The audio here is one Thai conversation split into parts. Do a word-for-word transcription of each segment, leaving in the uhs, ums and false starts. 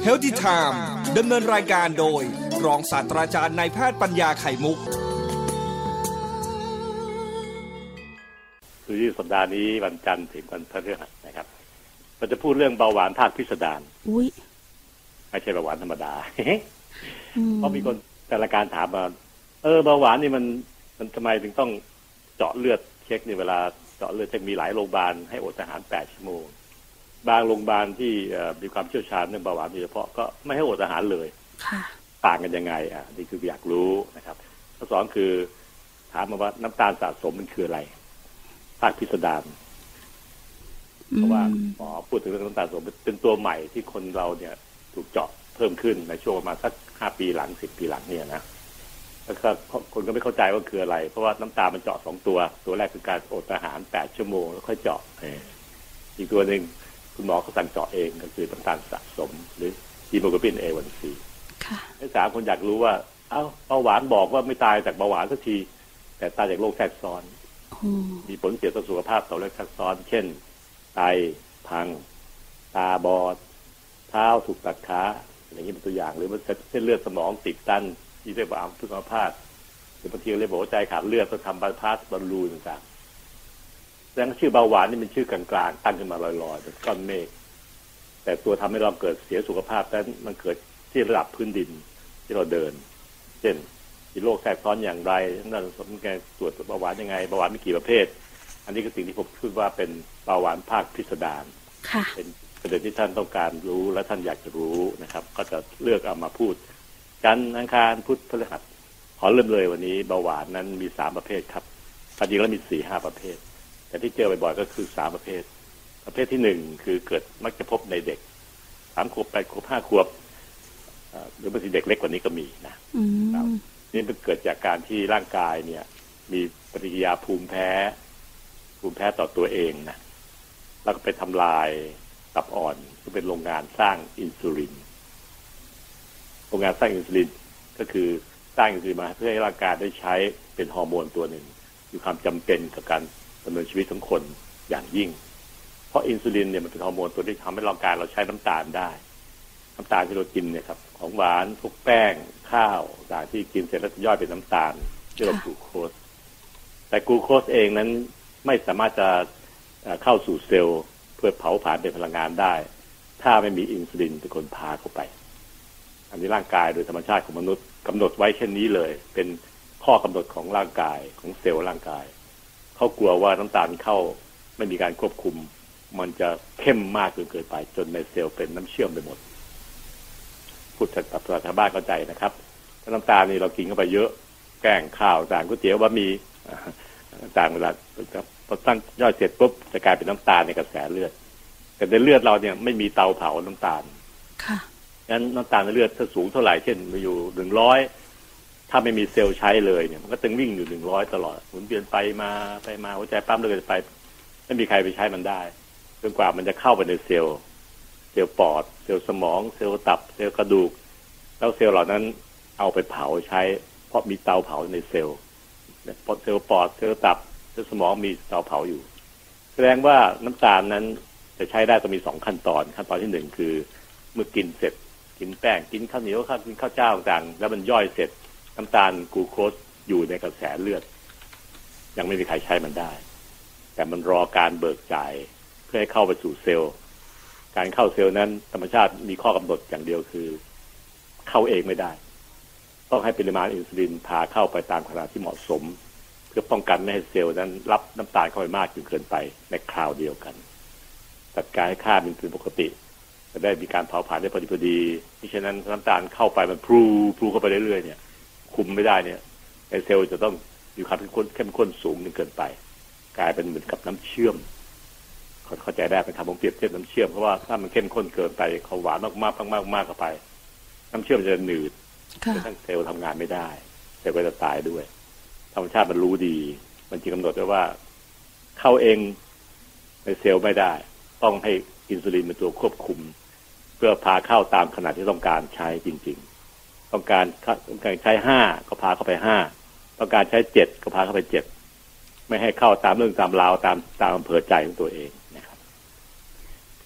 Healthy Time ดำเนินรายการโดยรองศาสตราจารย์นายแพทย์ปัญญาไข่มุกคือสัปดาห์นี้วันจันทร์ถึงวันพฤหัสนะครับเราจะพูดเรื่องเบาหวานภาคพิสดารอุ้ยไม่ใช่เบาหวานธรรมดา เพราะมีคนแต่ละการถามมาเออเบาหวานนี่มันมันทำไมถึงต้องเจาะเลือดเช็คในเวลาเจาะเลือดเช็คมีหลายโรงพยาบาลให้อดอาหารแปดชั่วโมงบางโรงพยาบาลที่มีความเชี่ยวชาญเรื่องเบาหวานโดยเฉพาะก็ไม่ให้อดอาหารเลยต่างกันยังไงอ่ะนี่คืออยากรู้นะครับข้อสองคือถามมาว่าน้ำตาลสะสมมันคืออะไรภาคพิสดารเพราะว่าหมอพูดถึงเรื่องน้ำตาลสะสมเป็นตัวใหม่ที่คนเราเนี่ยถูกเจาะเพิ่มขึ้นในช่วงประมาณสักห้าปีหลังสิบปีหลังเนี่ยนะแล้วก็คนก็ไม่เข้าใจว่าคืออะไรเพราะว่าน้ำตาลมันเจาะสองตัวตัวแรกคือการอดอาหารแปดชั่วโมงแล้วค่อยเจาะอีกตัวหนึ่งคุณหมอเขาสั่งเจาะเองก็คือน้ำตาลสะสมหรือฮีโมโกลบิน เอ วัน ซี ค่ะนักศึกษาคนอยากรู้ว่าเอ้าเบาหวานบอกว่าไม่ตายจากเบาหวานสักทีแต่ตายจากโรคแทรกซ้อนมีผลเสียต่อสุขภาพต่อโรคแทรกซ้อนเช่นไตพังตาบอดเท้าถูกตัดขาอย่างนี้เป็นตัวอย่างหรือมันเส้นเลือดสมองติดตันที่เรียกว่าอัมพฤกษภาพหรือบางทีเรียกว่าหัวใจขาดเลือดต้องทำบายพาสบอลลูนต่างๆแสดงชื่อเบาหวานนี่เป็นชื่อกลางๆตั้งขึ้นมาลอยๆเป็นก้อนเมฆแต่ตัวทำให้เราเกิดเสียสุขภาพนั้นมันเกิดที่ระดับพื้นดินที่เราเดินเช่นมีโรคแทรกซ้อนอย่างไรนั่นสมการตรวจเบาหวานยังไงเบาหวานมีกี่ประเภทอันนี้คือสิ่งที่ผมพูดว่าเป็นเบาหวานภาคพิสดารเป็นประเด็นที่ท่านต้องการรู้และท่านอยากจะรู้นะครับก็จะเลือกเอามาพูดจันทร์อังคารพุธพฤหัสขอเริ่มเลยวันนี้เบาหวานนั้นมีสามประเภทครับจริงแล้วมีสี่ห้าประเภทแต่ที่เจอบ่อยๆก็คือสามประเภทประเภทที่หนึ่งคือเกิดมักจะพบในเด็กสามขวบแปดขวบห้าขวบหรือบางทีเด็กเล็กกว่านี้ก็มีนะนี่มันเกิดจากการที่ร่างกายเนี่ยมีปฏิกิริยาภูมิแพ้ภูมิแพ้ต่อตัวเองนะแล้วก็ไปทำลายตับอ่อนซึ่งเป็นโรงงานสร้างอินซูลินโรงงานสร้างอินซูลินก็คือสร้างอินซูลินมาเพื่อให้ร่างกายได้ใช้เป็นฮอร์โมนตัวหนึ่งมีความจำเป็นกับการดำเนินชีวิตของคนอย่างยิ่งเพราะอินซูลินเนี่ยมันเป็นฮอร์โมนตัวที่ทำให้ร่างกายเราใช้น้ำตาลได้น้ำตาลที่เรากินเนี่ยครับของหวานพวกแป้งข้าวต่างที่กินเสร็จแล้วย่อยเป็นน้ำตาลที่เรากลูโคสแต่กลูโคสเองนั้นไม่สามารถจะเข้าสู่เซลล์เพื่อเผาผลาญเป็นพลังงานได้ถ้าไม่มีอินซูลินเป็นคนพาเข้าไปอันนี้ร่างกายโดยธรรมชาติของมนุษย์กำหนดไว้เช่นนี้เลยเป็นข้อกำหนดของร่างกายของเซลล์ร่างกายเขากลัวว่าน้ำตาลเข้าไม่มีการควบคุมมันจะเข้มมากจนเกินไปจนในเซลล์เป็นน้ำเชื่อมไปหมดพูดจากภาษาชาวบ้านเข้าใจนะครับถ้าน้ำตาลนี่เรากินเข้าไปเยอะแกงข้าวต่างก๋วยเตี๋ยวบะหมี่ต่างเวลาพอตั้งย่อยเสร็จปุ๊บจะกลายเป็นน้ำตาลในกระแสเลือดแต่ในเลือดเราเนี่ยไม่มีเตาเผาน้ำตาลค่ะงั้นน้ำตาลในเลือดถ้าสูงเท่าไหร่เช่นมีอยู่หนึ่งร้อยถ้าไม่มีเซลล์ใช้เลยเนี่ยมันก็ต้องวิ่งอยู่หนึ่งร้อยตลอดหมุนเวียนไปมาไปมาหัวใจปั๊มเลือดไปไม่มีใครไปใช้มันได้จนกว่ามันจะเข้าไปในเซลล์เซลล์ปอดเซลล์สมองเซลล์ตับเซลล์กระดูกแล้วเซลล์เหล่านั้นเอาไปเผาใช้เพราะมีเตาเผาในเซลล์พอเซลล์ปอดเซลล์ตับเซลล์สมองมีเตาเผาอยู่แสดงว่าน้ำตาลนั้นจะใช้ได้ต้องมีสองขั้นตอนขั้นตอนที่หนึ่งคือเมื่อกินเสร็จกินแป้งกินข้าวเหนียวข้าวกินข้าวเจ้าต่างแล้วมันย่อยเสร็จน้ำตาลกลูโคสอยู่ในกระแสเลือดยังไม่มีใครใช้มันได้แต่มันรอการเบิกจ่ายเพื่อให้เข้าไปสู่เซลล์การเข้าเซลล์นั้นธรรมชาติมีข้อกำหนดอย่างเดียวคือเข้าเองไม่ได้ต้องให้ปริมาณอินซูลินพาเข้าไปตามขนาดที่เหมาะสมเพื่อป้องกันไม่ให้เซลล์นั้นรับน้ำตาลเข้าไปมากจนเกินไปในคราวเดียวกันจัดการให้ค่าอินซูลินปกติจะได้มีการเผาผลาญได้พอดีพอดีมิฉะนั้นน้ำตาลเข้าไปมันพลูพลูเข้าไปเรื่อยๆเนี่ยคุมไม่ได้เนี่ยในเซลล์จะต้องมีความเข้มข้นเข้มข้นสูงจนเกินไปกลายเป็นเหมือนกับน้ำเชื่อมเข้าใจได้เป็นคำผมเปรียบเทียบน้ำเชื่อมเพราะว่าถ้ามันเข้มข้นเกินไปเขาหวานมากๆมากๆมากเข้าไปน้ำเชื่อมจะหนืดจนทั้งเซลล์ทำงานไม่ได้เซลล์ก็จะตายด้วยธรรมชาติมันรู้ดีมันจึงกำหนดไว้ว่าเข้าเองในเซลล์ไม่ได้ต้องให้อินซูลินเป็นตัวควบคุมเพื่อพาเข้าตามขนาดที่ต้องการใช้จริงๆต้องการต้องการใช้ห้าก็พาเข้าไปห้าต้องการใช้เจ็ดก็พาเข้าไปเจ็ดไม่ให้เข้าตามเรื่องตามราวตามตามอำเภอใจของตัวเองนะครับ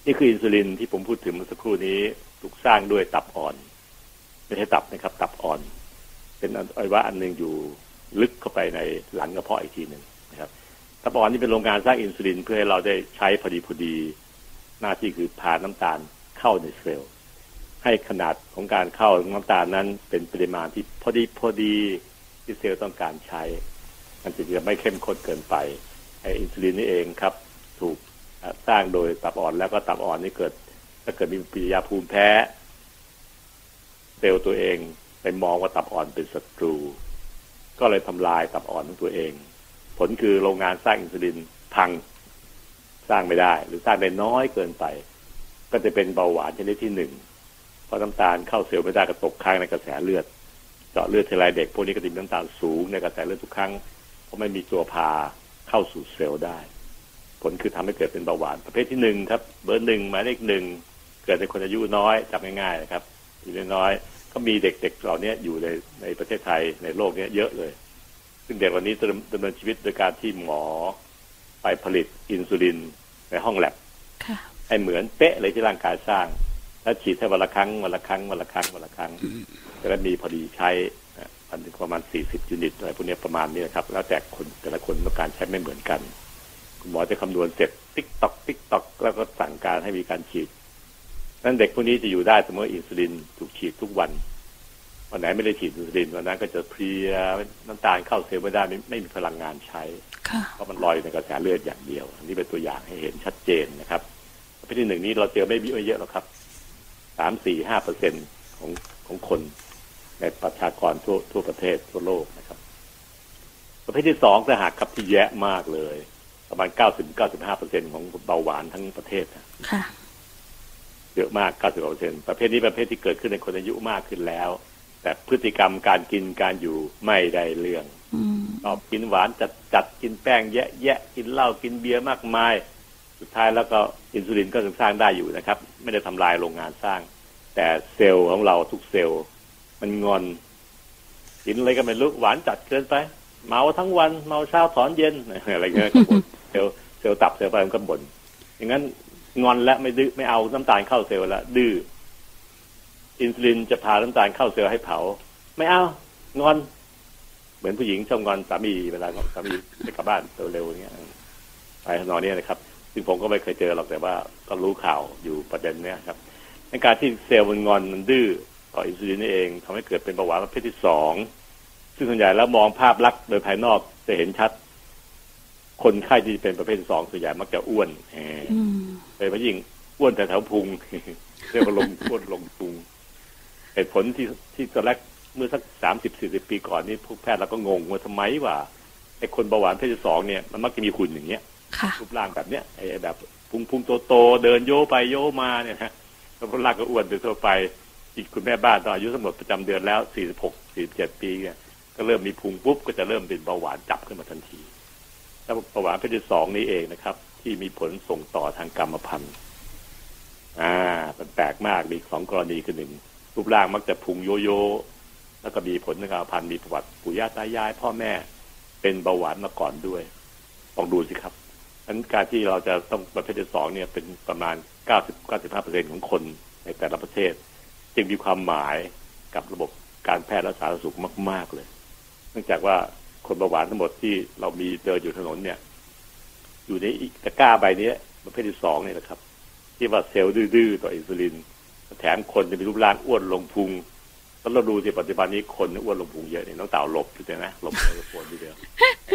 นี่คืออินซูลินที่ผมพูดถึงเมื่อสักครู่นี้ถูกสร้างด้วยตับอ่อนไม่ใช่ตับนะครับตับอ่อนเป็นอวัยวะอันนึงอยู่ลึกเข้าไปในหลังกระเพาะอีกทีหนึ่งนะครับตับอ่อนนี่เป็นโรงงานสร้างอินซูลินเพื่อให้เราได้ใช้พอดีพอดีหน้าที่คือพาน้ำตาลเข้าในเซลล์ให้ขนาดของการเข้าของน้ำตาลนั้นเป็นปริมาณที่พอดีพอดีที่เซลล์ต้องการใช้มันจะไม่เข้มข้นเกินไปไออินซูลินนี่เองครับถูกสร้างโดยตับอ่อนแล้วก็ตับอ่อนนี่เกิดถ้าเกิดมีปฏิกิริยาภูมิแพ้เซลล์ตัวเองไปมองว่าตับอ่อนเป็นศัตรูก็เลยทำลายตับอ่อนของตัวเองผลคือโรงงานสร้างอินซูลินพังสร้างไม่ได้หรือสร้างได้น้อยเกินไปก็จะเป็นเบาหวานชนิดที่หนึ่งเพราะน้ำตาลเข้าเซลล์ไม่ได้ก็ตกค้างในกระแสเลือดเจาะเลือดทีไรเด็กพวกนี้ก็จะมีน้ำตาลสูงในกระแสเลือดทุกครั้งเพราะไม่มีตัวพาเข้าสู่เซลล์ได้ผลคือทำให้เกิดเป็นเบาหวานประเภทที่หนึ่งครับเบอร์หนึ่งหมายเลขหนึ่งเกิดในคนอายุน้อยจำง่ายๆนะครับอายุน้อยก็มีเด็กๆเหล่านี้อยู่ในในประเทศไทยในโลกนี้เยอะเลยซึ่งเด็กวันนี้ดำเนินชีวิตโดยการที่หมอไปผลิตอินซูลินในห้องแลบให้เหมือนเป๊ะเลยที่ร่างกายสร้างแล้วฉีดให้วันละครั้งวันละครั้งวันละครั้งวันละครั้งจะได้มีพอดีใช้อันนึงประมาณสี่สิบยูนิตอะไรพวกนี้ประมาณนี้นะครับแล้วแต่คนแต่ละคนต้องการใช้ไม่เหมือนกันคุณหมอจะคำนวณเสร็จติ๊กต๊อกติ๊กต๊อกแล้วก็สั่งการให้มีการฉีดนั้นเด็กพวกนี้จะอยู่ได้เสมออินซูลินถูกฉีดทุกวันวันไหนไม่ได้ฉีดอินซูลินวันนั้นก็จะเพลียน้ำตาลเข้าเซลล์ไม่ได้ไม่ไม่มีพลังงานใช้เพราะมันลอยในกระแสเลือดอย่างเดียวอันนี้เป็นตัวอย่างให้เห็นชัดเจนนะครับประเภทที่หนึ่งนี้เราเจอไม่เยอะหรอกครับสามสี่ห้าเปอร์เซ็นต์ของของคนในประชากรทั่วทั่วประเทศทั่วโลกนะครับประเภทที่สองจะหักครับที่แย่มากเลยประมาณเก้าสิบเก้าสิบห้าเปอร์เซ็นต์ของเบาหวานทั้งประเทศค่ะเยอะมากเก้าสิบเปอร์เซ็นต์ประเภทนี้ประเภทที่เกิดขึ้นในคนอายุมากขึ้นแล้วแต่พฤติกรรมการกินการอยู่ไม่ได้เรื่องชอบกินหวานจัดจัดกินแป้งแยะแยะกินเหล้ากินเบียร์มากมายสุดท้ายแล้วก็อินซูลินก็ยังสร้างได้อยู่นะครับไม่ได้ทำลายโรงงานสร้างแต่เซลล์ของเราทุกเซลล์มันงอนกินอะไรก็ไม่รู้หวานจัดเกินไปเมาทั้งวันเมาเช้าถอนเย็นอะไรเงี้ยเซลล์เซลล์ตับเซลล์ไปมันก็บ่นอย่างนั้นงอนและไม่ดื้อไม่เอาน้ำตาลเข้าเซลล์แล้วดื้ออินซูลินจะพาน้ำตาลเข้าเซลล์ให้เผาไม่เอางอนเหมือนผู้หญิงชอบงอนสามีเวลาสามีไปกลับบ้านเร็วๆอย่างเงี้ยไปทำนองนี้นะครับซึ่งผมก็ไม่เคยเจอหรอกแต่ว่าก็รู้ข่าวอยู่ประเด็นเนี้ยครับในการที่เซลล์มันงอนมันดื้อต่ออินซูลินนี่เองทำให้เกิดเป็นเบาหวานประเภทที่สองซึ่งส่วนใหญ่แล้วมองภาพลักษณ์โดยภายนอกจะเห็นชัดคนไข้ที่เป็นประเภทที่สองส่วนใหญ่มักจะอ้วนโดยเฉพาะยิ่งอ้วนแต่แถวพุงเรียกว่าลงอ้วนลงพุงเหตุผลที่ที่ตอนแรกเมื่อสักสามสิบสี่สิบปีก่อนนี่พวกแพทย์เราก็งงว่าทำไมว่าไอ้คนเบาหวานประเภทที่สองเนี่ยมันมักจะมีหุ่นอย่างเงี้ยรูปร่างแบบเนี้ยไอ้แบบพุงพุงโตๆเดินโยไปโยมาเนี่ยฮะแล้วร่างก็อ้วนโดยทั่วไปอีกคุณแม่บ้านตอนอายุสมรสประจำเดือนแล้วสี่สิบหก สี่สิบเจ็ดปีเนี่ยก็เริ่มมีพุงปุ๊บก็จะเริ่มเป็นเบาหวานจับขึ้นมาทันทีแล้วเบาหวานประเภทที่สองนี้เองนะครับที่มีผลส่งต่อทางกรรมพันธุ์อ่ามันแปลกมากมีสองกรณีคือหนึ่งรูปร่างมักจะพุงโยโย่แล้วก็มีผลทางกรรมพันธุ์มีประวัติปู่ย่าตายายพ่อแม่เป็นเบาหวานมาก่อนด้วยลองดูสิครับอันการที่เราจะต้องประเภทที่สองเนี่ยเป็นประมาณเก้าสิบ เก้าสิบห้าเปอร์เซ็นต์ของคนในแต่ละประเทศจึงมีความหมายกับระบบการแพทย์และสาธารณสุขมากๆเลยเนื่องจากว่าคนเบาหวานทั้งหมดที่เรามีเดินอยู่ถนนเนี่ยอยู่ในตะกร้าใบนี้ประเภทที่สองเนี่ยนะครับที่ว่าเซลล์ดื้อๆต่ออินซูลินแถมคนจะมีรูปร่างอ้วนลงพุงแล้วเราดูที่ปัจจุบันนี้คนอ้วนลงพุงเยอะเนี่ยน้องเต่าหลบอยู่เลยนะหลบไมโครโฟนทีเดียว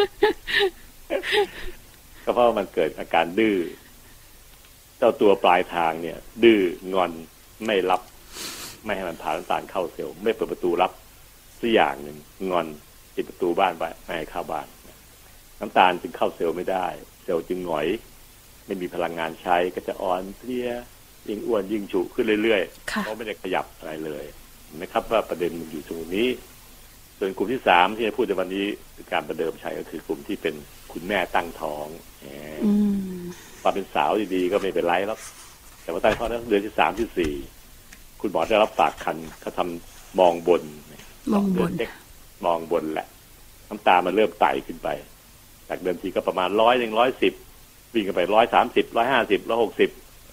ก็เพราะมันเกิดอาการดื้อเจ้าตัวปลายทางเนี่ยดื้องอนไม่รับไม่ให้มันผ่านน้ำตาลเข้าเซลล์ไม่เปิดประตูรับสักอย่างหนึ่งงอนปิดประตูบ้านไปไม่ให้เข้าบ้านน้ำตาลจึงเข้าเซลล์ไม่ได้เซลล์จึงหงอยไม่มีพลังงานใช้ก็จะอ่อนเพลียยิ่งอ้วนยิ่งฉุขึ้นเรื่อยๆเพราะไม่ได้ขยับอะไรเลยนะครับว่าประเด็นมันอยู่ตรงนี้ส่วนกลุ่มที่สามที่จะพูดในวันนี้คือการประเดิมใช้ก็คือกลุ่มที่เป็นคุณแม่ตั้งท้องตอนเป็นสาวดีๆก็ไม่เป็นไรแล้วแต่ว่าตั้งท้องแล้วเดือนที่สามที่สี่คุณหมอได้รับฝากคันเขาทำมองบนมองบนมองบนแหละน้ำตามันเริ่มไต่ขึ้นไปจากเดิมทีก็ประมาณร้อยหนึ่งร้อยสิบวิ่งกันไปร้อยสามสิบร้อยห้าสิบร้อยหกสิบ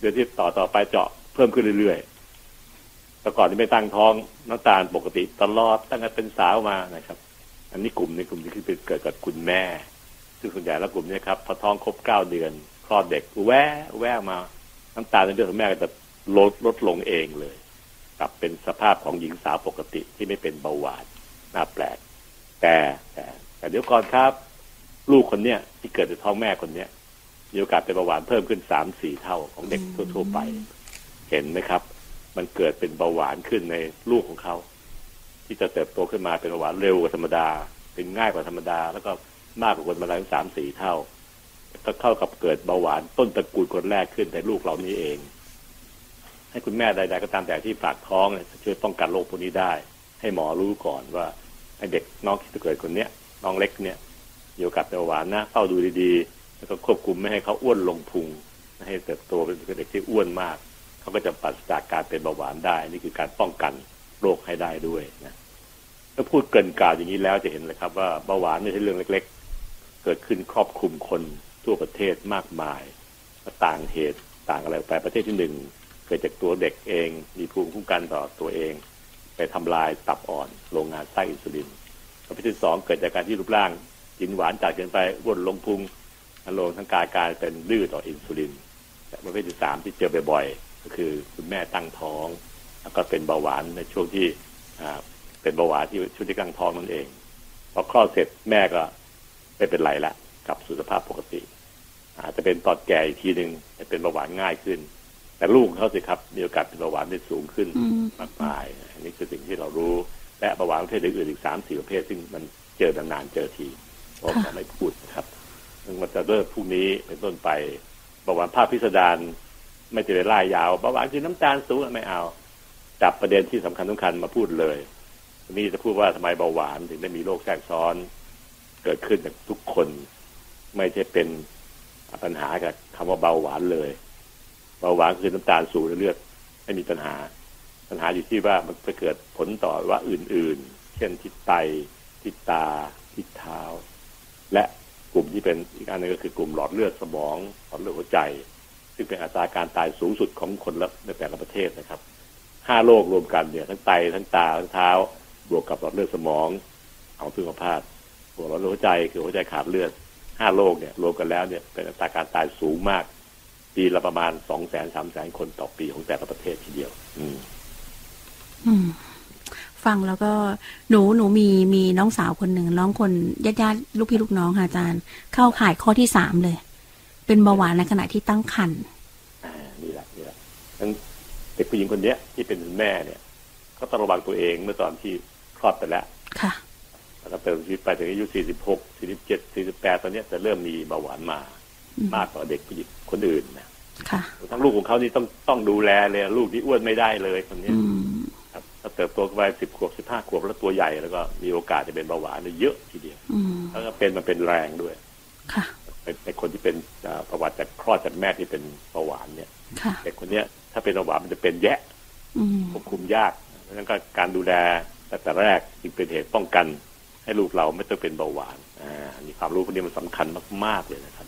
เดือนที่ต่อต่อไปเจาะเพิ่มขึ้นเรื่อยๆแต่ก่อนที่ไม่ตั้งท้องน้ำตาลปกติตลอดตั้งแต่เป็นสาวมานะครับอันนี้กลุ่มในกลุ่มที่คือเกิดกับคุณแม่ซึ่งส่วนใหญ่แล้วกลุ่มนี้ครับพอท้องครบเก้าเดือนคลอดเด็กแวะแวะมาน้ำตาลในเลือดของแม่ก็จะลดลดลงเองเลยกลับเป็นสภาพของหญิงสาวปกติที่ไม่เป็นเบาหวานน่าแปลกแต่แต่แต่เดี๋ยวก่อนครับลูกคนเนี้ยที่เกิดในท้องแม่คนเนี้ยมีโอกาสเป็นเบาหวานเพิ่มขึ้นสามสี่เท่าของเด็กทั่วๆไปเห็นไหมครับมันเกิดเป็นเบาหวานขึ้นในลูกของเขาที่จะเติบโตขึ้นมาเป็นเบาหวานเร็วกว่าธรรมดาเป็นง่ายกว่าธรรมดาแล้วก็มากกว่าคนธรรมดาถึงสามสี่เท่าก็เข้ากับเกิดเบาหวานต้นตระกูลคนแรกขึ้นในลูกเรานี้เองให้คุณแม่ใดๆก็ตามแต่ที่ฝากท้องเนี่ยช่วยป้องกันโรคพวกนี้ได้ให้หมอรู้ก่อนว่าให้เด็กน้องที่จะเกิดคนเนี้ยน้องเล็กเนี่ยมีโอกาสเป็นเบาหวานนะเฝ้าดูดีๆแล้วก็ควบคุมไม่ให้เขาอ้วนลงพุงไม่ให้เติบโตเป็นเด็กที่อ้วนมากเขาก็จะปราศจากการเป็นเบาหวานได้นี่คือการป้องกันโรคให้ได้ด้วยนะถ้าพูดเกินกล่าวอย่างนี้แล้วจะเห็นเลยครับว่าเบาหวานไม่ใช่เรื่องเล็กๆเกิดขึ้นครอบคลุมคนทั่วประเทศมากมายต่างเหตุต่างอะไรไปประเทศที่หนึ่งเกิดจากตัวเด็กเองมีภูมิคุ้มกันต่อตัวเองไปทำลายตับอ่อนโรงงานสร้างอินซูลินประเภทที่สองเกิดจากการที่รูปร่างกินหวานจัดเกินไปอ้วนลงพุงอารมณ์ทั้งกายกลายเป็นดื้อต่ออินซูลินและประเภทที่สามที่เจอบ่อยๆก็คือคุณแม่ตั้งท้องแล้วก็เป็นเบาหวานในช่วงที่เป็นเบาหวานที่ช่วงที่ตั้งท้องนั่นเองพอคลอดเสร็จแม่ก็ไม่เป็นไรละกลับสู่สภาพปกติอาจจะเป็นตอนแก่อีกทีหนึ่งจะเป็นเบาหวานง่ายขึ้นแต่ลูกเขาสิครับมีโอกาสเป็นเบาหวานได้สูงขึ้นมากมายอันนี้คือสิ่งที่เรารู้และเบาหวานประเภทอื่นๆอีกสามสี่ประเภทซึ่งมันเจอนานๆเจอทีเพราะเราไม่พูดครับมันจะเริ่มพรุ่งนี้เป็นต้นไปเบาหวานภาคพิสดารไม่จะไปไล่ยาวเบาหวานคือน้ำตาลสูงไม่เอาจับประเด็นที่สำคัญสำคัญมาพูดเลยนี่จะพูดว่าทำไมเบาหวานถึงได้มีโรคแทรกซ้อนเกิดขึ้นกับทุกคนไม่ใช่เป็นปัญหากับคำว่าเบาหวานเลยเบาหวานคือน้ำตาลสูงในเลือดไม่มีปัญหาปัญหาอยู่ที่ว่ามันจะเกิดผลต่อว่าอื่นๆเช่นที่ไตที่ตาที่เท้าและกลุ่มที่เป็นอีกอันนึงก็คือกลุ่มหลอดเลือดสมองหลอดเลือดหัวใจซึ่งเป็นอัตราการตายสูงสุดของคนละในแต่ละประเทศนะครับห้าโรครวมกันเนี่ยทั้งไตทั้งตาทั้งเท้าบวกกับหลอดเลือดสมองเอาพึ่งมาพาดบวกหลอดเลือดหัวใจคือหัวใจขาดเลือดห้าโรคเนี่ยรวมกันแล้วเนี่ยเป็นอัตราการตายสูงมากปีละประมาณสองแสนสามแสนคนต่อปีของแต่ละประเทศทีเดียวอืมอืมฟังแล้วก็หนูหนูมีมีน้องสาวคนหนึ่งน้องคนญาติญาติลูกพี่ลูกน้องค่ะอาจารย์เข้าข่ายข้อที่สามเลยเป็นเบาหวานในขณะที่ตั้งครรภ์อ่านี่แหละนี่แหละทั้งเด็กผู้หญิงคนนี้ที่เป็นแม่เนี่ยก็ต้องระวังตัวเองเมื่อตอนที่คลอดไปแล้วค่ะแล้วก็เติมชีวิตไปถึงอายุสี่สิบหก สี่สิบเจ็ด สี่สิบแปดตอนนี้จะเริ่มมีเบาหวานมามากกว่าเด็กผู้หญิงคนอื่นนะค่ะทั้งลูกของเขานี่ต้องต้องดูแลเลยลูกที่อ้วนไม่ได้เลยคนนี้ครับถ้าเติบโตขึ้นไปสิบขวบสิบห้าขวบแล้วตัวใหญ่แล้วก็มีโอกาสจะเป็นเบาหวานเยอะทีเดียวแล้วก็เป็นมันเป็นแรงด้วยค่ะในคนที่เป็นประวัติจากคลอดจากแม่ที่เป็นเบาหวานเนี่ยเด็กคนนี้ถ้าเป็นเบาหวานมันจะเป็นแยะควบคุมยากเพราะฉะนั้นก็การดูแลแต่แต่แรกจึงเป็นเหตุป้องกันให้ลูกเราไม่ต้องเป็นเบาหวานอ่ามีความรู้พวกนี้มันสำคัญมากๆเลยนะครับ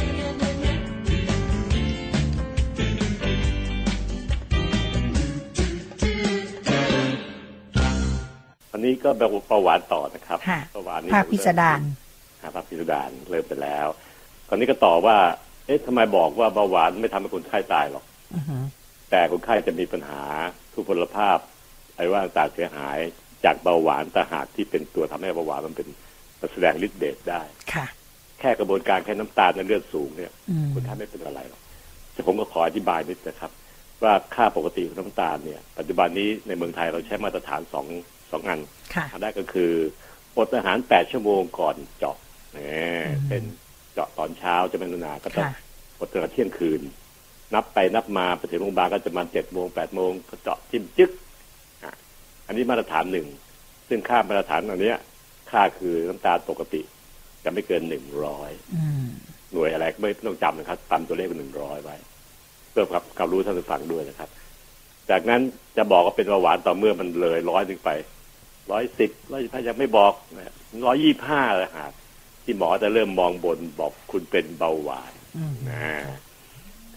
อันนี้ก็แบบเบาหวานต่อนะครับเบาหวานนี่ภาคพิสดารภาคพิสดารเริ่มไปแล้วตอนนี้ก็ต่อว่าเอ๊ะทำไมบอกว่าเบาหวานไม่ทำให้คนไข้ตายหรอก uh-huh. แต่คนไข้จะมีปัญหาทุพพลภาพไอ้ว่าต่างเสียหายจากเบาหวานต่างหากที่เป็นตัวทำให้เบาหวานมันเป็นแสดงฤทธิ์เดชได้ค่ะแค่กระบวนการแค่น้ำตาลในเลือดสูงเนี่ยคนไข้ไม่เป็นอะไรหรอกแต่ผมก็ขออธิบายนิดนะครับว่าค่าปกติของน้ำตาลเนี่ยปัจจุบันนี้ในเมืองไทยเราใช้มาตรฐานสองสองอันอันแรกก็คืออดอาหารแปดชั่วโมงก่อนเจาะเนี่ยเป็นเจาะตอนเช้าจะเป็นนาก็ต้องอดจนถึงเที่ยงคืนนับไปนับมาไปถึงโรงพยาบาลก็จะมาเจ็ดโมงแปดโมงก็เจาะจิ้มจึ๊กอันนี้มาตรฐานหนึ่งซึ่งค่ามาตรฐานอันนี้ค่าคือน้ำตาลปกติจะไม่เกินหนึ่งร้อยหน่วยอะไรไม่ต้องจำนะครับตามตัวเลขเป็นหนึ่งร้อยไว้เพื่อกับการรู้ท่านผู้ฟังด้วยนะครับจากนั้นจะบอกว่าเป็นเบาหวานต่อเมื่อมันเลยร้อยถึงไปร้อยสิบร้อยสิบห้ายังไม่บอกนะร้อยยี่ห้าเลยฮะที่หมอจะเริ่มมองบนบอกคุณเป็นเบาหวานนะฉ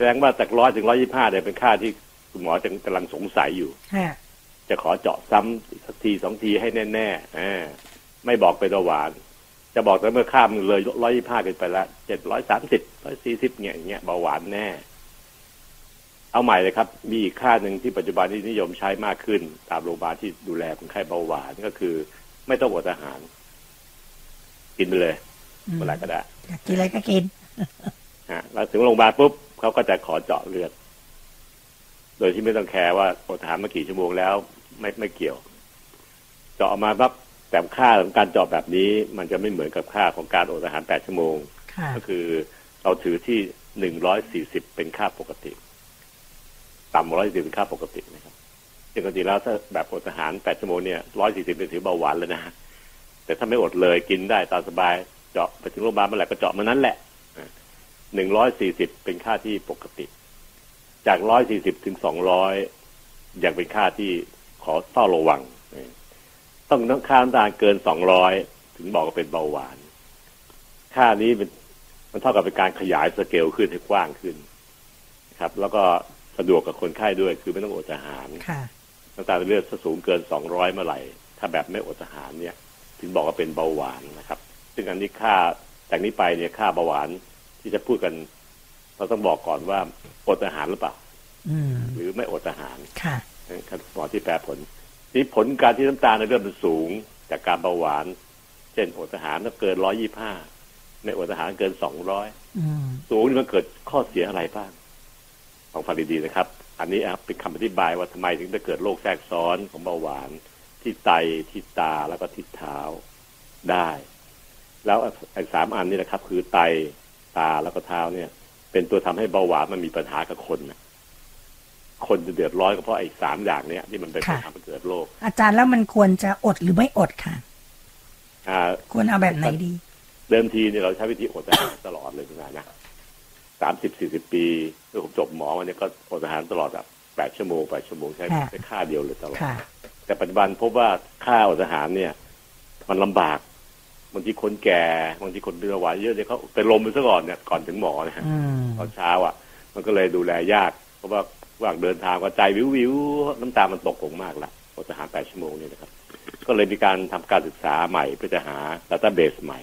ดงว่าจากร้อยถึงร้อยยี่ห้าเนี่ยเป็นค่าที่คุณหมอจะกำลังสงสัยอยู่จะขอเจาะซ้ำสักทีสองทีให้แน่ๆไม่บอกเป็นเบาหวานจะบอกแต่เมื่อค่ามันเลยร้อยยี่ห้าขึ้นไปแล้วเจ็ดร้อยสามสิบร้อยสี่สิบเนี่ยอย่างเงี้ยเบาหวานแน่เอาใหม่เลยครับมีอีกค่าหนึ่งที่ปัจจุบันที่นิยมใช้มากขึ้นตามโรงพยาบาลที่ดูแลคนไข้เบาหวานก็คือไม่ต้องอดอาหารกินไปเลยเมื่อไหร่ก็ได้อยากกินอะไรก็กินฮะแล้วถึงโรงพยาบาลปุ๊บเขาก็จะขอเจาะเลือดโดยที่ไม่ต้องแคร์ว่าอดอาหารมากี่ชั่วโมงแล้วไม่ไม่เกี่ยวเจาะมาปั๊บแต่ค่าของการเจาะแบบนี้มันจะไม่เหมือนกับค่าของการอดอาหารแปดชั่วโมงก็คือเราถือที่หนึ่งร้อยสี่สิบเป็นค่าปกติต่ำกว่าร้อยสี่สิบเป็นค่าปกตินะครับปกติแล้วถ้าแบบอดอาหารแปดชั่วโมงเนี่ยร้อยสี่สิบเป็นถือเบาหวานแล้วนะแต่ถ้าไม่อดเลยกินได้ตามสบายเจาะไปถึงโรงพยาบาลเมื่อไหร่ก็เจาะมันนั้นแหละหนึ่งร้อยสี่สิบเป็นค่าที่ปกติจากร้อยสี่สิบถึงสองร้อยยังเป็นค่าที่ขอเฝ้าระวังต้องค่าน้ำตาลเกินสองร้อยถึงบอกว่าเป็นเบาหวานค่านี้มันมันเท่ากับเป็นการขยายสเกลขึ้นให้กว้างขึ้นครับแล้วก็สะดวกกับคนไข้ด้วยคือไม่ต้องอดอาหารน้ำตาลในเลือดสูงเกินสองร้อยเมื่อไหร่ถ้าแบบไม่อดอาหารเนี่ยถึงบอกว่าเป็นเบาหวานนะครับซึ่งอันนี้ค่าจากนี้ไปเนี่ยค่าเบาหวานที่จะพูดกันเราต้องบอกก่อนว่าอดอาหารหรือเปล่าหรือไม่อดอาหารค่ะหมอที่แปลผลนี่ผลการที่น้ำตาลในเลือดมันสูงจากการเบาหวานเช่นอดอาหารถ้าเกินร้อยยี่ห้าไม่อดอาหารเกินสองร้อยสูงนี่มันเกิดข้อเสียอะไรบ้างลองฟังดีๆนะครับอันนี้เป็นคำอธิบายว่าทำไมถึงจะเกิดโรคแทรกซ้อนของเบาหวานที่ไตที่ตาแล้วก็ที่เท้าได้แล้วไอ้สามอันนี้นะครับคือไตตาแล้วก็เท้าเนี่ยเป็นตัวทำให้เบาหวานมันมีปัญหากับคนนะคนจะเดือดร้อนก็เพราะไอ้สามอย่างเนี้ยที่มันเป็นปัญหาเกิดโรคอาจารย์แล้วมันควรจะอดหรือไม่อดค่ะอ่าควรเอาแบบไหนดีเดิมทีเนี่ยเราใช้วิธีอดอาหารตลอดเลยนะนะสามสิบสี่สิบปีเมื่อผมจบหมอวันนี้ก็อดอาหารตลอดแบบแปดชั่วโมงแปดชั่วโมงใช้ใช้ค่าเดียวเลยตลอดแต่ปัจจุบันพบว่าค่าอดอาหารเนี่ยมันลำบากบางทีคนแก่บางทีคนเดือดหวานเยอะเนี่ยเขาเป็นลมไปซะก่อนเนี่ยก่อนถึงหมอเนี่ยตอนเช้าอ่ะมันก็เลยดูแลยากเพราะว่าระหว่างเดินทางก็ใจวิววิวน้ำตามันตกลงมากละอดอาหารแปดชั่วโมงเนี่ยนะครับก็เลยมีการทำการศึกษาใหม่เพื่อจะหา database ใหม่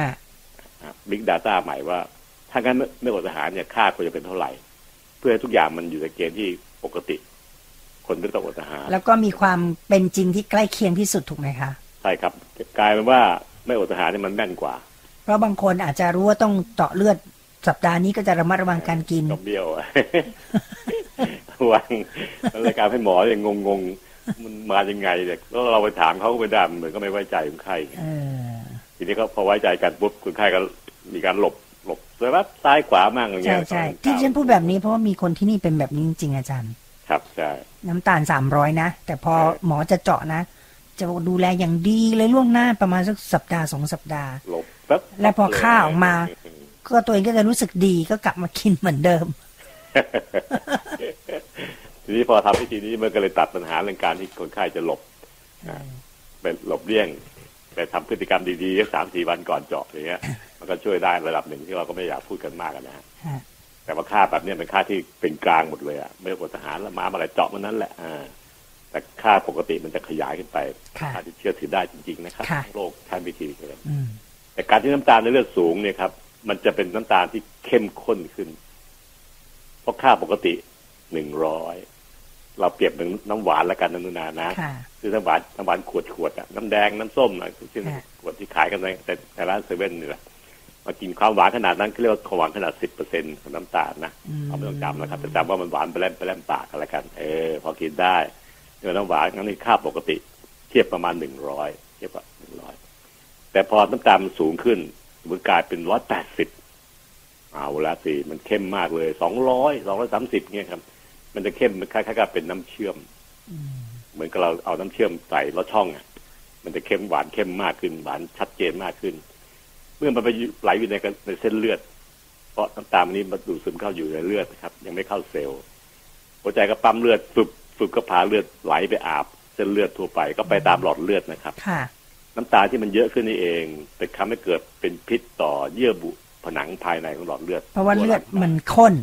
big data ใหม่ว่าถ้างั้นไม่อดอาหารเนี่ยค่าควรจะเป็นเท่าไหร่เพื่อให้ทุกอย่างมันอยู่ในเกณฑ์ที่ปกติคนไม่ต้องอดอาหารแล้วก็มีความเป็นจริงที่ใกล้เคียงที่สุดถูกไหมคะใช่ครับกลายเป็นว่าไม่อดอาหารนี่มันแม่นกว่าเพราะบางคนอาจจะรู้ว่าต้องเจาะเลือดสัปดาห์นี้ก็จะระมัดระวังการกินเบี้ยววังรายการให้หมออย่างงงๆมันมายังไงเนี่ยแล้วเราไปถามเขาก็ไม่ได้เหมือนก็ไม่ไว้ใจคนไข้ทีนี้ก็พอไว้ใจกันปุ๊บคนไข้ก็มีการหลบหลบเลยว่าซ้ายขวามากอย่างเงี้ยใช่ใช่ที่ฉันพูดแบบนี้เพราะว่ามีคนที่นี่เป็นแบบนี้จริงๆอาจารย์ครับใช่น้ำตาลสามร้อยนะแต่พอหมอจะเจาะนะจะดูแลอย่างดีเลยล่วงหน้าประมาณสักสัปดาห์สองสัปดาห์หลบแป๊บแล้วพอค่าออกมาก็ตัวเองก็จะรู้สึกดีก็กลับมากินเหมือนเดิมทีนี้พอทำพิธีนี้มันก็เลยตัดปัญหาเรื่องการที่คนไข้จะหลบไปหลบเลี่ยงไปทำพฤติกรรมดีๆสามสี่วันก่อนเจาะอย่างเงี้ยมันก็ช่วยได้ระดับหนึ่งที่เราก็ไม่อยากพูดกันมากนะฮะแต่ว่าค่าแบบนี้เป็นค่าที่เป็นกลางหมดเลยอ่ะไม่อดอาหารแล้วมาอะไรเจาะมันนั้นแหละแต่ค่าปกติมันจะขยายขึ้นไปค่าที่เชื่อถือได้จริงๆนะครับโรคท่านวิธีเลยแต่การที่น้ำตาลในเลือดสูงเนี่ยครับมันจะเป็นน้ำตาลที่เข้มข้นขึ้นเพราะค่าปกติหนึ่งร้อยเราเปรียบเป็นน้ำหวานแล้วกันนะนานะคือน้ำหวานน้ำหวานขวดขวดอ่ะน้ำแดงน้ำส้มอ่ะซึ่งขวดที่ขายกันในแต่ร้านเซเว่นเนี่ยมากินความหวานขนาดนั้นเรียกว่าความหวานขนาดสิบเปอร์เซ็นต์ของน้ำตาลนะเอาไม่ต้องจำนะครับแต่จำว่ามันหวานไปแล่มไปแล่มปากอะไรกันเออพอกินได้เนื้อน้ำหวานงั้นนี่ค่าปกติเทียบประมาณหนึ่งร้อยเทียบกับหนึ่งร้อยแต่พอน้ำตาลมันสูงขึ้นมันกลายเป็นร้อยแปดสิบเอาละสิมันเข้มมากเลยสองร้อยสองร้อยสามสิบเนี่ยครับมันจะเข้มคล้ายๆกับเป็นน้ำเชื่อมเหมือนกับเราเอาน้ำเชื่อมใส่ลอดช่องอ่ะมันจะเข้มหวานเข้มมากขึ้นหวานชัดเจนมากขึ้นเมื่อมันไปไหลอยู่ในในเส้นเลือดเพราะน้ำตาลนี้มันดูดซึมเข้าอยู่ในเลือดนะครับยังไม่เข้าเซลล์หัวใจก็ปั๊มเลือดฝึกฝึกก็พาเลือดไหลไปอาบเส้นเลือดทั่วไปก็ไปตามหลอดเลือดนะครับน้ำตาลที่มันเยอะขึ้นนี่เองเป็นทำให้เกิดเป็นพิษต่อเยื่อบุผนังภายในของหลอดเลือดเพราะว่าเลือดมันข้น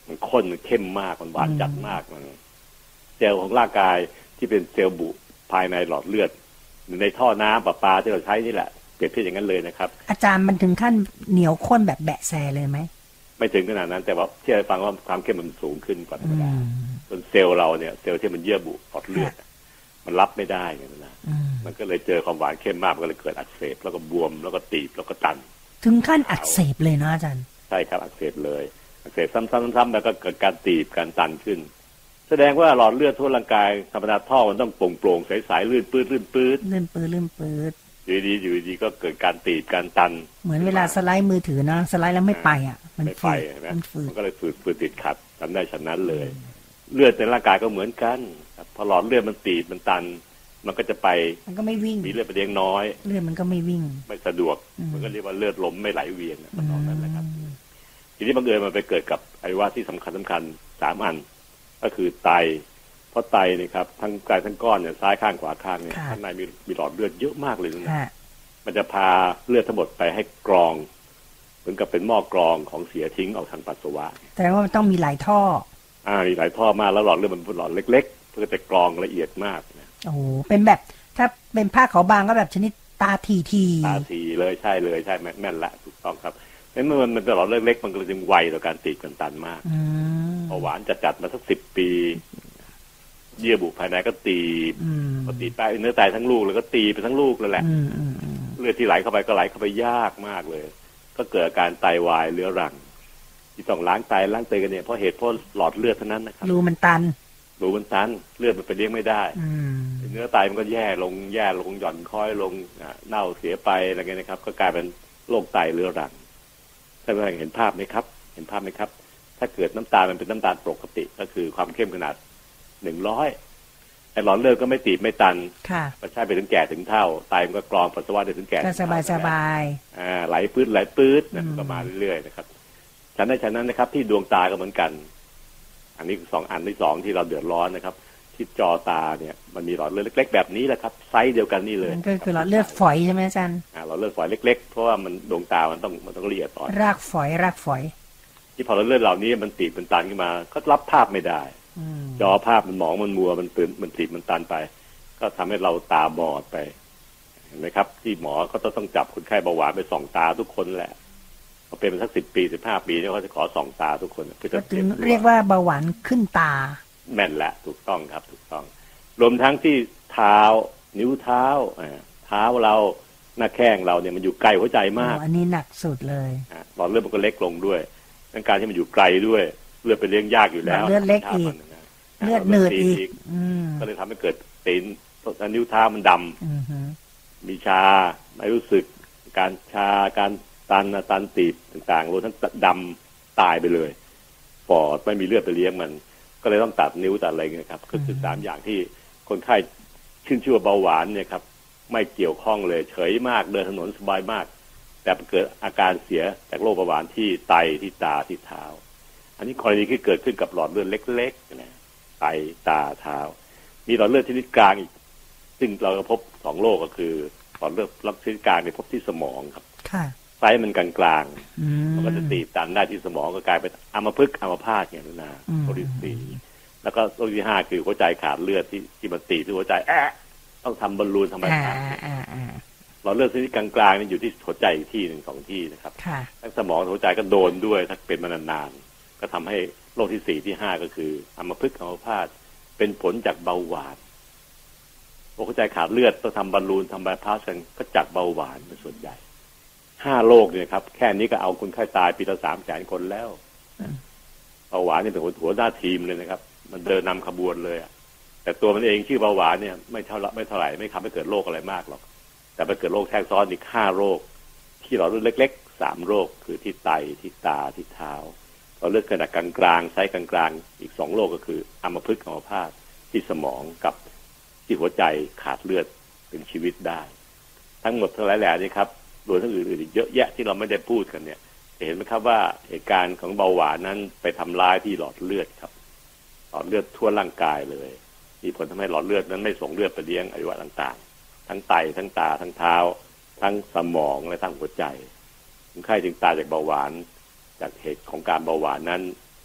มันข้นมันเข้มมากมันหวานจัดมากมันเซลล์ของร่างกายที่เป็นเซลล์บุภายในหลอดเลือดหรือในท่อน้ำประปาที่เราใช้นี่แหละเปรียบเทียบอย่างนั้นเลยนะครับอาจารย์มันถึงขั้นเหนียวข้นแบบแบะแซเลยไหมไม่ถึงขนาดนั้นแต่ว่าเชื่อฟังว่าความเข้มมันสูงขึ้นกว่าธรรมดาจนเซลล์เราเนี่ยเซลล์ที่มันเยื่อบุหลอดเลือดมันรับไม่ได้ไงนะมันก็เลยเจอความหวานเข้มมากมันก็เลยเกิดอักเสบแล้วก็บวมแล้วก็ตีบแล้วก็ตันถึงขั้นอักเสบเลยนะอาจารย์ใช่ครับอักเสบเลยอักเสบซ้ำๆๆแล้วก็เกิดการตีบการตันขึ้นแสดงว่าหลอดเลือดทั่วร่างกายธรรมดาท่อมันต้องโปร่งๆใสๆลื่นปื้ดลื่นปื้ดลื่นปื้ดลื่นปื้ดอยู่ดีอยู่ดีก็เกิดการตีบการตันเหมือนเวลาสไลด์มือถือนะสไลด์แล้วไม่ไปอ่ะมันฝืดมันฝืดมันก็เลยฝืดฝืดติดขัดทำได้ฉะนั้นเลยเลือดในร่างกายก็เหมือนกันพอหลอดเลือดมันตีบมันตันมันก็จะไปมันก็ไม่วิ่งมีเลือดไปเลี้ยงน้อยเลือดมันก็ไม่วิ่งไม่สะดวกมันก็เรียกว่าเลือดล้มไม่ไหลเวียนมันตอนนั้นแหละครับทีนี้บังเอิญมันไปเกิดกับอวัยวะที่สำคัญสำคัญสามอันก็คือไตเพราะไตนี่ครับทั้งกายทั้งก้อนเนี่ยซ้ายข้างขวาข้างเนี่ยข้างในมีมีหลอดเลือดเยอะมากเลยนะมันจะพาเลือดทั้งหมดไปให้กรองเหมือนกับเป็นหม้อกรองของเสียทิ้งออกทางปัสสาวะแต่ว่ามันต้องมีหลายท่ออ่ามีหลายท่อมากแล้วหลอดเลือดมันเป็นหลอดเล็กๆเพื่อจะกรองละเอียดมากนะโอ้เป็นแบบถ้าเป็นผ้าขาวบางก็แบบชนิดตาทีทีตาทีเลยใช่เลยใช่แม่นละถูกต้องครับเมื่อมันเป็นหลอดเล็กๆมันก็เลยจึงไวต่อการตีบกันตันมากพอหวานจัดๆมาสักสิบปีเยื่อบุภายในก็ตีพอตีไปเนื้อตายทั้งลูกแล้วก็ตีไปทั้งลูกแล้วแหละเลือดที่ไหลเข้าไปก็ไหลเข้าไปยากมากเลยก็เกิดอาการไตวายเรื้อรังที่ต้องล้างไตล้างเตยกันเนี่ยเพราะเหตุเพราะหลอดเลือดเท่านั้นนะครับรูมันตันรูมันตันเลือดมันไปเลี้ยงไม่ได้เนื้อไตมันก็แย่ลงแย่ลงหย่อนค้อยลงเน่าเสียไปอะไรเงี้ยนะครับก็กลายเป็นโรคไตเรื้อรังท่านผู้ชมเห็นภาพไหมครับเห็นภาพไหมครับถ้าเกิดน้ำตาลมันเป็นน้ำตาลปกติก็คือความเข้มขนาดหนึ่งร้อยไอ้หลอดเลือดก็ไม่ตีบไม่ตันมันใช่ไปถึงแก่ถึงเท่าไตมันก็กรองปัสสาวะได้ถึงแก่สบายสบายอ่าไหลปื้ดไหลปื้ดนั่นก็มาเรื่อยๆนะครับฉะนั้นฉะนั้นนะครับที่ดวงตาก็เหมือนกันอันนี้สองอันที่สองที่เราเดือดร้อนนะครับที่จอตาเนี่ยมันมีหลอดเลือดเล็กๆแบบนี้แหละครับไซส์เดียวกันนี่เลยก็คือหลอดเลือดฝอยใช่ไหมอาจารย์อ่าหลอดเลือดฝอยเล็กๆเพราะว่ามันดวงตามันต้องมันต้องละเอียดอ่อนรากฝอยรากฝอยที่พอหลอดเลือดเหล่านี้มันตีบมันตันขึ้นมาก็รับภาพไม่ได้จอภาพมันหมองมันมัวมันตื่นมันตีบมันตันไปก็ทำให้เราตาบอดไปเห็นไหมครับที่หมอก็ต้องจับคนไข้เบาหวานไปส่องตาทุกคนแหละพอเป็นมาสักสิบปีสิบห้าปีเนี่ยเขาจะขอส่องตาทุกคนเพื่อจะเรียกว่าเบาหวานขึ้นตาแม่นแหละถูกต้องครับถูกต้องรวมทั้งที่เท้านิ้วเท้าเท้าเราหน้าแข้งเราเนี่ยมันอยู่ไกลหัวใจมากอันนี้หนักสุดเลยหลอดเลือดมันก็เล็กลงด้วยดังการที่มันอยู่ไกลด้วยเลือดไปเลี้ยงยากอยู่แล้วเลือดเล็กอีกเลือดเนืดอีกก็เลยทำให้เกิดตีนนิ้วเท้ามันดำมีชาไม่รู้สึกการชาการตันตันตีบต่างๆรวมทั้งดำตายไปเลยปอดไม่มีเลือดไปเลี้ยงมันก็เลยต้องตัดนิ้วตัดอะไรเงี้ยครับก็คือสามอย่างที่คนไข้ชื่นชื่อว่าเบาหวานเนี่ยครับไม่เกี่ยวข้องเลยเฉยมากเดินถนนสบายมากแต่เกิดอาการเสียจากโรคเบาหวานที่ไตที่ตาที่เท้าอันนี้กรณีที่เกิดขึ้นกับหลอดเลือดเล็กๆนะไตตาเท้ามีหลอดเลือดชนิดกลางอีกซึ่งเราพบสองโรคก็คือหลอดเลือดชนิดกลางเนี่ยพบที่สมองครับไซส์มันกลางๆมันก็จะตีบตันได้ที่สมองก็กลายเป็นอัมพฤกษ์อัมพาตอย่างนั้นนะโรคที่สี่แล้วก็โรคที่ห้าคือหัวใจขาดเลือดที่ที่มันตีบที่หัวใจแอะต้องทำบอลลูนทำไมครับหลอดเลือดชนิดกลางๆนี่อยู่ที่หัวใจอีกที่หนึ่งสองที่นะครับทั้งสมองหัวใจก็โดนด้วยถ้าเป็นมานานๆก็ทำให้โรคที่สี่ที่ห้าก็คืออัมพฤกษ์อัมพาตเป็นผลจากเบาหวานหัวใจขาดเลือดต้องทำบอลลูนทำบายพาสกันก็จากเบาหวานเป็นส่วนใหญ่ห้าโรคเนี่ยครับแค่นี้ก็เอาคนไข้ตายปีละสามแสนคนแล้วเบาหวานนี่เป็นหัวหน้าทีมเลยนะครับมันเดินนำขบวนเลยอะแต่ตัวมันเองชื่อเบาหวานเนี่ยไม่เท่าไม่เท่าไหร่ไม่ทำให้เกิดโรคอะไรมากหรอกแต่ไปเกิดโรคแทรกซ้อนอีกห้าโรคที่หลอดเลือดเล็กๆสามโรคคือที่ไตที่ตาที่เท้าหลอดเลือดขนาดกลางๆไซส์กลางๆอีกสองโรคก็คืออัมพฤกษ์อัมพาตที่สมองกับที่หัวใจขาดเลือดเป็นชีวิตได้ทั้งหมดทั้งหลายแหล่นี้ครับรวมทั้งอื่นๆอีกเยอะแยะที่เราไม่ได้พูดกันเนี่ยเห็นไหมครับว่าเหตุการณ์ของเบาหวานนั้นไปทำร้ายที่หลอดเลือดครับหลอดเลือดทั่วร่างกายเลยมีผลทำให้หลอดเลือดนั้นไม่ส่งเลือดไปเลี้ยงอวัยวะต่างๆทั้งไตทั้งตาทั้งเท้าทั้งสมองและทั้งหัวใจคนไข้จึงตายจากเบาหวานจากเหตุของการเบาหวานนั้น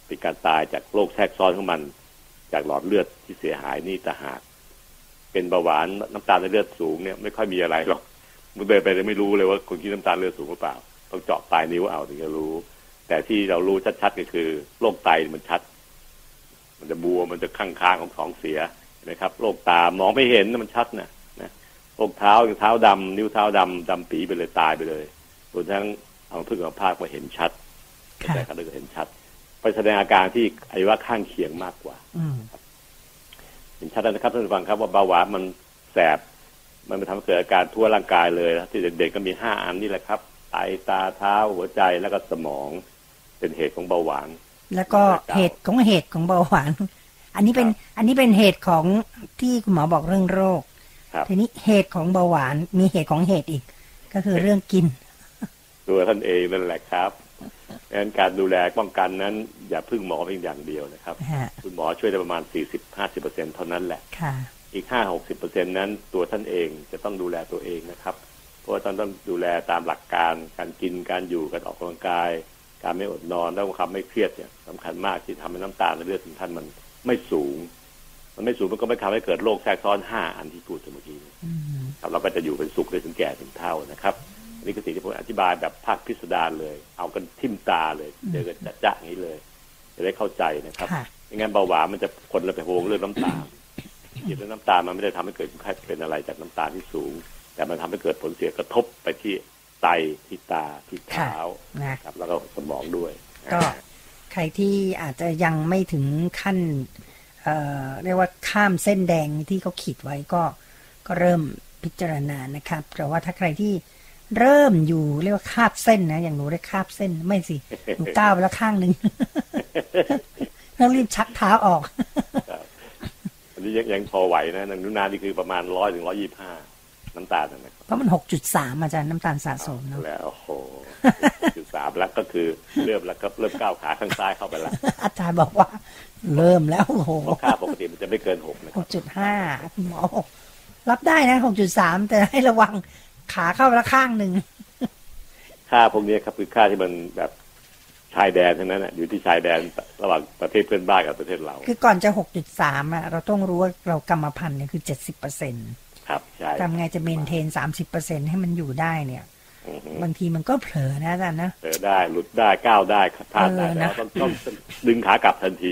เป็นการตายจากโรคแทรกซ้อนของมันจากหลอดเลือดที่เสียหายนี่ต่างหากเป็นเบาหวานน้ำตาลในเลือดสูงเนี่ยไม่ค่อยมีอะไรหรอกมันเดินไปเลยไม่รู้เลยว่าคนกินน้ำตาลเลือดสูงหรือเปล่าต้องเจาะปลายนิ้วเอาถึงจะรู้แต่ที่เรารู้ชัดๆก็คือโรคไตมันชัดมันจะบวมมันจะข้างๆของของเสียนะครับโรคตามองไม่เห็นมันชัดนะนะโรคเท้าเท้าดำนิ้วเท้าดำดำปีไปเลยตายไปเลยส่วนทั้งเอาพึ่งเอาภาคมาเห็นชัดแต่ก็เลยเห็นชัดไปแสดงอาการที่อวัยวะข้างเคียงมากกว่าเห็นชัดแล้วนะครับท่านผู้ฟังครับว่าเบาหวานมันแสบมันทำให้เกิดอาการทั่วร่างกายเลยที่เด็กๆก็มีห้าอันนี่แหละครับไตตาเท้าหัวใจแล้วก็สมองเป็นเหตุของเบาหวานแล้วก็เหตุของเหตุของเบาหวานอันนี้เป็นอันนี้เป็นเหตุของที่คุณหมอบอกเรื่องโรคทีนี้เหตุของเบาหวานมีเหตุของเหตุอีกก็คือเรื่องกินตัวท่านเองนั่นแหละครับดังนั้นการดูแลป้องกันนั้นอย่าพึ่งหมอเพียงอย่างเดียวนะครับคุณหมอช่วยได้ประมาณ สี่สิบถึงห้าสิบเปอร์เซ็นต์ เท่านั้นแหละอีก ห้าถึงหกสิบเปอร์เซ็นต์ นั้นตัวท่านเองจะต้องดูแลตัวเองนะครับเพราะว่าท่านต้องดูแลตามหลักการการกินการอยู่การออกกำลังกายการไม่อดนอนแล้วความไม่เครียดเนี่ยสำคัญมากที่ทำให้น้ำตาลในเลือดของท่านมันไม่สูงมันไม่สูงมันก็ไม่ทำให้เกิดโรคแทรกซ้อนห้าอันที่พูดเมื่อกี้ครับเราก็จะอยู่เป็นสุขได้ถึงแก่ถึงเฒ่านะครับนี่คือสิ่งที่ผมอธิบายแบบภาคพิสดารเลยเอากันทิ่มตาเลยเจอกันจะๆอย่างนี้เลยจะได้เข้าใจนะครับไม่งั้นเบาหวานมันจะคนละไปโหงเรื่องน้ำตาลกินแล้วน้ำตาลมันไม่ได้ทำให้เกิดไข้เป็นอะไรจากน้ำตาลที่สูงแต่มันทำให้เกิดผลเสียกระทบไปที่ไตที่ตาที่เท้านะครับแล้วก็สมองด้วยก็ใครที่อาจจะยังไม่ถึงขั้นเอ่อเรียกว่าข้ามเส้นแดงที่เขาขีดไว้ก็ก็เริ่มพิจารณานะครับแต่ว่าถ้าใครที่เริ่มอยู่เรียกว่าคาบเส้นนะอย่างหนูได้คาบเส้นไม่สิหนูก้าวไปแล้วข้างนึงต้องรีบชักเท้าออกอันนี้ยังยังพอไหวนะนังนุนานี่คือประมาณร้อยถึงร้อยยี่สิบห้าน้ำตาลนะครับเพราะมันหกจุดสามอาจารย์น้ำตาลสะสมเนาะแล้วโอ้โหจุดสามแล้วก็คือเริ่มแล้วก็เริ่มก้าวขาข้างซ้ายเข้าไปแล้วอาจารย์บอกว่าเริ่มแล้วโอ้โหค่าปกติมันจะไม่เกินหกนะครับหกจุดห้า หมอรับได้นะ หกจุดสาม แต่ให้ระวังขาเข้าละข้างนึงค่าพวกนี้ครับคือค่าที่มันแบบชายแดนทั้งนั้นน่ะอยู่ที่ชายแดนระหว่างประเทศเพื่อนบ้านกับประเทศเราคือก่อนจะ หกจุดสาม อ่ะเราต้องรู้ว่าเรากรรมพันธุ์เนี่ยคือ เจ็ดสิบเปอร์เซ็นต์ครับใช่ทำไงจะเมนเทน สามสิบเปอร์เซ็นต์ ให้มันอยู่ได้เนี่ยบางทีมันก็เผลอนะอาจารย์นะเผลอได้หลุดได้ก้าวได้พลาดได้แล้วต้องต้องดึงขากลับทันที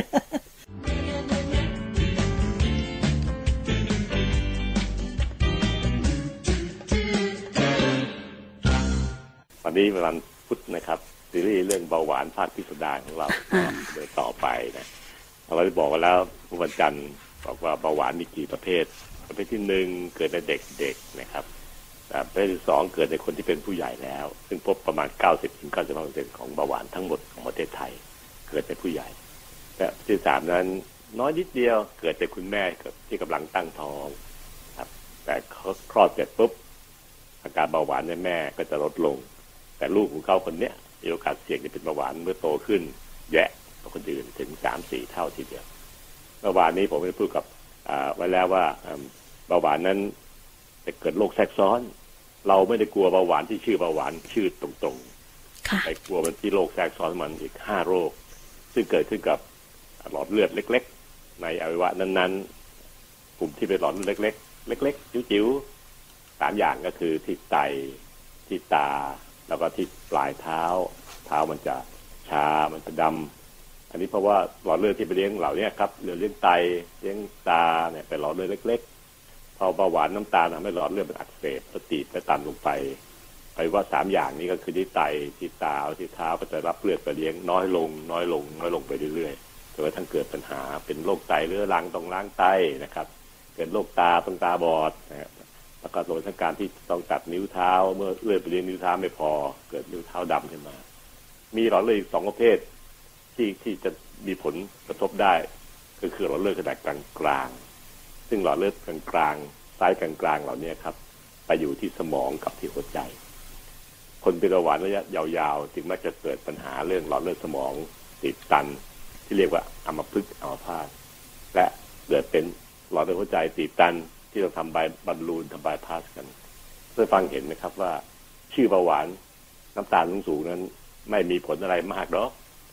วันนี้วันพุธนะครับซีรีส์เรื่องเบาหวานภาคพิสดารของเราเดินต่อไปนะเราได้บอกกันแล้ววันจันทร์บอกว่าเบาหวานมีกี่ประเภทประเภทที่หนึ่งเกิดในเด็กๆนะครับประเภทที่สองเกิดในคนที่เป็นผู้ใหญ่แล้วซึ่งพบประมาณ เก้าสิบถึงเก้าสิบห้าเปอร์เซ็นต์ ของเบาหวานทั้งหมดของประเทศไทยเกิดในผู้ใหญ่และประเภทที่สามนั้นน้อยนิดเดียวเกิดในคุณแม่ที่กำลังตั้งท้องครับแต่คลอดเสร็จปุ๊บอาการเบาหวานในแม่ก็จะลดลงแต่ลูกของเขาคนเนี้ยมีโอกาสเสี่ยงจะเป็นเบาหวานเมื่อโตขึ้นแย่กว่าคนอื่นถึง สามถึงสี่ เท่าทีเดียวเมื่อวานนี้ผมได้พูดกับไว้แล้วว่าเบาหวานนั้นจะเกิดโรคแทรกซ้อนเราไม่ได้กลัวเบาหวานที่ชื่อเบาหวานชื่อตรงๆไปกลัวมันที่โรคแทรกซ้อนมันอีกห้าโรคซึ่งเกิดขึ้นกับหลอดเลือดเล็กๆในอวัยวะนั้นๆกลุ่มที่เป็นหลอดเลือดเล็กๆเล็กๆจิ๋วๆสามอย่างก็คือที่ไตที่ตาแล้วก็ที่ปลายเท้าเท้ามันจะชามันจะดำอันนี้เพราะว่าหลอดเลือดที่ไปเลี้ยงเหล่านี้ครับเลี้ยงไตเลี้ยงตาเนี่ยเป็นหลอดเลือดเล็กๆพอเบาหวานน้ำตาลทำให้หลอดเลือดมันอักเสบและตีบและตันลงไปไปว่าสามอย่างนี้ก็คือที่ไตที่ตาที่เท้าก็จะรับเลือดไปเลี้ยงน้อยลงน้อยลงน้อยลงไปเรื่อยๆจนกระทั่งเกิดปัญหาเป็นโรคไตเรื้อรังต้องล้างไตนะครับเกิดโรคตาต้องตาบอดนะแล้วก็โดยทั้งการที่ต้องตัดนิ้วเท้าเมื่อเลือดไปเลี้ยงนิ้วเท้าไม่พอเกิดนิ้วเท้าดำขึ้นมามีหลอดเลือดอีกสองประเภทที่ที่จะมีผลกระทบได้ก็คือหลอดเลือดขนาดกลางๆซึ่งหลอดเลือดกลางๆซ้ายกลางๆเหล่านี้ครับไปอยู่ที่สมองกับที่หัวใจคนเป็นเบาหวานระยะยาวๆจึงมักจะเกิดปัญหาเรื่องหลอดเลือดสมองตีบตันที่เรียกว่าอัมพฤกษ์อัมพาตและเกิดเป็นหลอดเลือดหัวใจตีบตันที่เราทำใบบอลลูนทำบายพาสกันเพื่อฟังเห็นไหมครับว่าชื่อเบาหวานน้ำตาลสูงๆนั้นไม่มีผลอะไรมากหรอกแ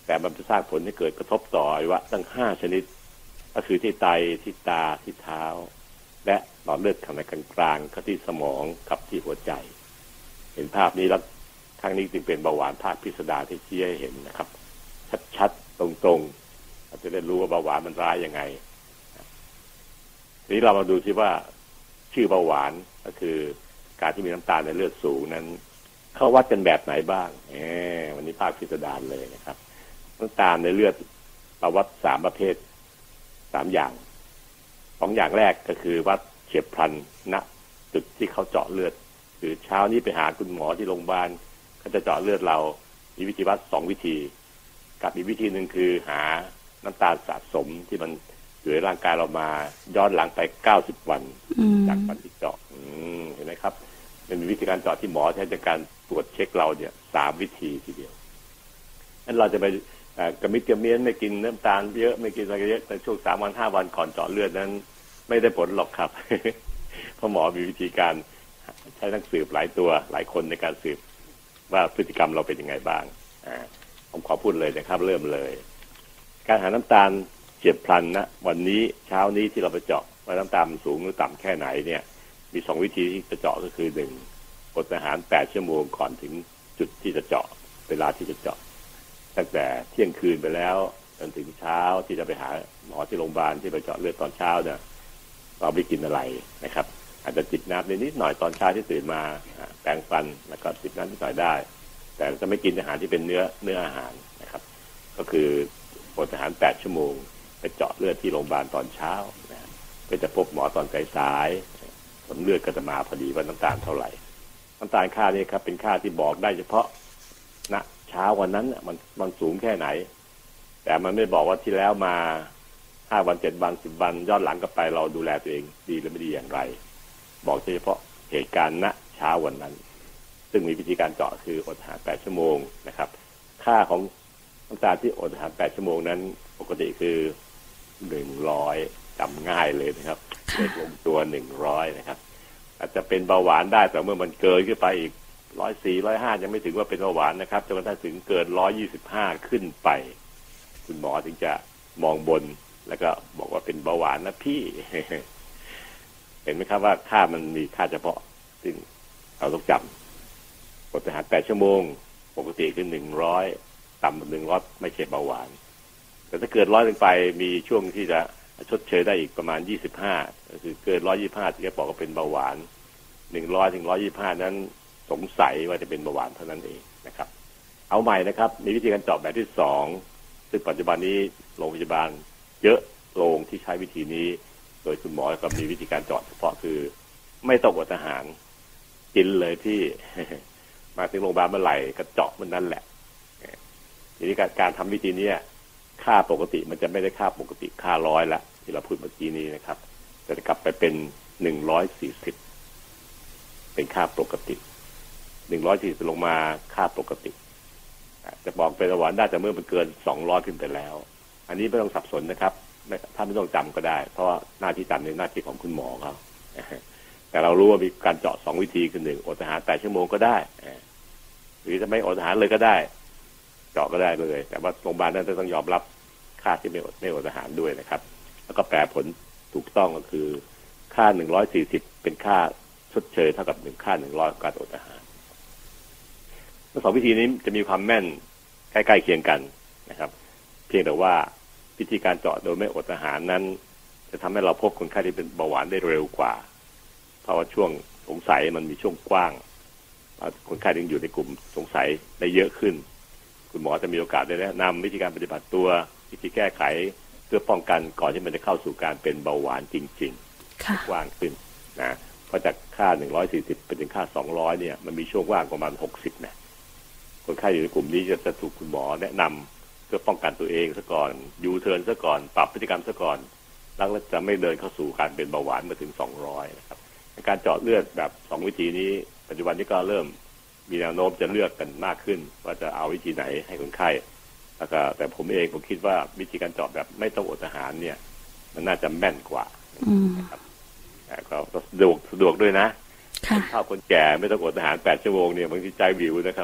แต่มันจะสร้างผลให้เกิดกระทบต่ออวัยวะตั้งห้าชนิดก็คือที่ไตที่ตาที่เท้าและหลอดเลือดข้างในกลางๆก็ที่สมองกับที่หัวใจเห็นภาพนี้แล้วครั้งนี้จึงเป็นเบาหวานภาคพิสดารที่ชี้ให้เห็นนะครับชัดๆตรงๆเราจะได้รู้ว่าเบาหวานมันร้ายยังไงทีนี้เรามาดูที่ว่าชื่อเบาหวานก็คือการที่มีน้ำตาลในเลือดสูงนั้นเขาวัดกันแบบไหนบ้างเออวันนี้ภาคพิสดารเลยนะครับน้ำตาลในเลือดเราวัดสามประเภทสามอย่างสองอย่างแรกก็คือวัดเฉียบพลันณจุดที่เขาเจาะเลือดคือเช้านี้ไปหาคุณหมอที่โรงพยาบาลเขาจะเจาะเลือดเรามีวิธีวัดสองวิธีกับอีกวิธีหนึ่งคือหาน้ำตาลสะสมที่มันอยู่ในร่างกายเรามาย้อนหลังไปเก้าสิบวันจากวันที่เจาะเห็นไหมครับเป็นวิธีการเจาะที่หมอใช้ในการตรวจเช็คเราเนี่ยสามวิธีทีเดียวนั้นเราจะไปกระมิดกระเมียนไม่กินน้ำตาลเยอะไม่กินอะไรเยอะในช่วงสามวันห้าวันก่อนเจาะเลือดนั้นไม่ได้ผลหรอกครับ เพราะหมอมีวิธีการใช้นักสืบหลายตัวหลายคนในการสืบว่าพฤติกรรมเราเป็นยังไงบ้างอ่าผมขอพูดเลยนะครับเริ่มเลยการหาน้ำตาลเฉียบพลันนะวันนี้เช้านี้ที่เราไปเจาะว่าน้ำตาลสูงหรือต่ำแค่ไหนเนี่ยมีสองวิธีที่จะเจาะก็คือหนึ่งอดอาหารแปดชั่วโมงก่อนถึงจุดที่จะเจาะเวลาที่จะเจาะตั้งแต่เที่ยงคืนไปแล้วจนถึงเช้าที่จะไปหาหมอที่โรงพยาบาลที่ไปเจาะเลือดตอนเช้าเนี่ยเราไม่กินอะไรนะครับอาจจะจิบน้ำนิดหน่อยตอนเช้าที่ตื่นมาแปรงฟันแล้วก็จิบน้ำนิดหน่อยได้แต่จะไม่กินอาหารที่เป็นเนื้อเนื้ออาหารนะครับก็คืออดอาหารแปดชั่วโมงไปเจาะเลือดที่โรงพยาบาลตอนเช้านะก็จะพบหมอตอนสายๆผลเลือดก็จะมาพอดีว่าน้ำตาลเท่าไหร่น้ำตาลค่านี้ครับเป็นค่าที่บอกได้เฉพาะณเช้าวันนั้นมันมันสูงแค่ไหนแต่มันไม่บอกว่าที่แล้วมาห้าวันเจ็ดวันสิบวันย้อนหลังกลับไปเราดูแลตัวเองดีหรือไม่ดีอย่างไรบอกเฉพาะเหตุการณ์ณเช้าวันนั้นซึ่งมีวิธีการเจาะคืออดอาหารแปดชั่วโมงนะครับค่าของน้ำตาลที่อดอาหารแปดชั่วโมงนั้นปกติคือหนึ่งร้อยจำง่ายเลยนะครับเลขลงตัวหนึ่งร้อยนะครับอาจจะเป็นเบาหวานได้แต่เมื่อมันเกินขึ้นไปอีกร้อยสี่ร้อยห้ายังไม่ถึงว่าเป็นเบาหวานนะครับจนกระทั่งถึงเกินร้อยยี่สิบห้าขึ้นไปคุณหมอถึงจะมองบนแล้วก็บอกว่าเป็นเบาหวานนะพี่ เห็นไหมครับว่าค่ามันมีค่าเฉพาะซึ่งเราต้องจำอดอาหารแปดชั่วโมงปกติคือหนึ่งร้อยต่ำกว่าหนึ่งร้อยไม่ใช่เบาหวานแต่ถ้าเกิดร้อยลงไปมีช่วงที่จะชดเชยได้อีกประมาณยี่สิบห้าก็คือเกินร้อยยี่สิบห้าที่จะบอกว่าเป็นเบาหวานหนึ่งร้อยถึงร้อยยี่สิบห้านั้นสงสัยว่าจะเป็นเบาหวานเท่านั้นเองนะครับเอาใหม่นะครับมีวิธีการเจาะแบบที่สองซึ่งปัจจุบันนี้โรงพยาบาลเยอะโรงที่ใช้วิธีนี้โดยคุณหมอก็มีวิธีการเจาะเฉพาะคือไม่ต้องอดอาหารกินเลยที่ มาถึงโรงพยาบาลเมื่อไหร่ก็เจาะมันนั่นแหละทีนี้การการทำวิธีนี้ค่าปกติมันจะไม่ได้ค่าปกติค่าร้อยละที่เราพูดเมื่อกี้นี้นะครับจะกลับไปเป็นหนึ่งร้อยสี่สิบเป็นค่าปกติหนึ่งร้อยสี่สิบลงมาค่าปกติจะบอกเป็นเบาหวานได้แต่เมื่อมันเกินสองร้อยขึ้นไปแล้วอันนี้ไม่ต้องสับสนนะครับถ้าไม่ต้องจำก็ได้เพราะว่าหน้าที่จำในหน้าที่ของคุณหมอเขาแต่เรารู้ว่ามีการเจาะสองวิธีคือหนึ่งอดอาหารแปดชั่วโมงก็ได้หรือจะไม่อดอาหารเลยก็ได้เจาะก็ได้เลยแต่ว่าโรงพยาบาลนั้นต้องยอมรับค่าที่ไม่อดไม่อดอาหารด้วยนะครับแล้วก็แปลผลถูกต้องก็คือค่าหนึ่งร้อยสี่สิบเป็นค่าชดเชยเท่ากับหนึ่งค่าหนึ่งร้อยการอดอาหารทั้งสองวิธีนี้จะมีความแม่นใกล้ๆเคียงกันนะครับเพียงแต่ว่าวิธีการเจาะโดยไม่อดอาหารนั้นจะทำให้เราพบคนไข้ที่เป็นเบาหวานได้เร็วกว่าเพราะว่าช่วงสงสัยมันมีช่วงกว้างคนไข้ยังอยู่ในกลุ่มสงสัยได้เยอะขึ้นคุณหมอจะมีโอกาสได้แนะนำวิธีการปฏิบัติตัววิธีแก้ไขเพื่อป้องกันก่อนที่มันจะเข้าสู่การเป็นเบาหวานจริงๆกว้างขึ้นนะเพราะจากค่าหนึ่งร้อยสี่สิบไปถึงค่าสองร้อยเนี่ยมันมีช่วงว่างประมาณหกสิบนะคนไข้อยู่ในกลุ่มนี้จะจะถูกคุณหมอแนะนำเพื่อป้องกันตัวเองซะก่อนยูเทิร์นซะก่อนปรับพฤติกรรมซะก่อนแล้วจะไม่เดินเข้าสู่การเป็นเบาหวานมาถึงสองร้อยนะครับการเจาะเลือดแบบสองวิธีนี้ปัจจุบันนี้ก็เริ่มมีแนวโน้มจะเลือกกันมากขึ้นว่าจะเอาวิธีไหนให้คนไข้แล้วก็แต่ผมเองผมคิดว่าวิธีการเจาะแบบไม่ต้องอดอาหารเนี่ยมันน่าจะแม่นกว่านะครับก็สะดวกสะดวกด้วยนะคนเฒ่าคนแก่ไม่ต้องอดอาหารแปดชั่วโมงเนี่ยบางทีใจวิวนะครับ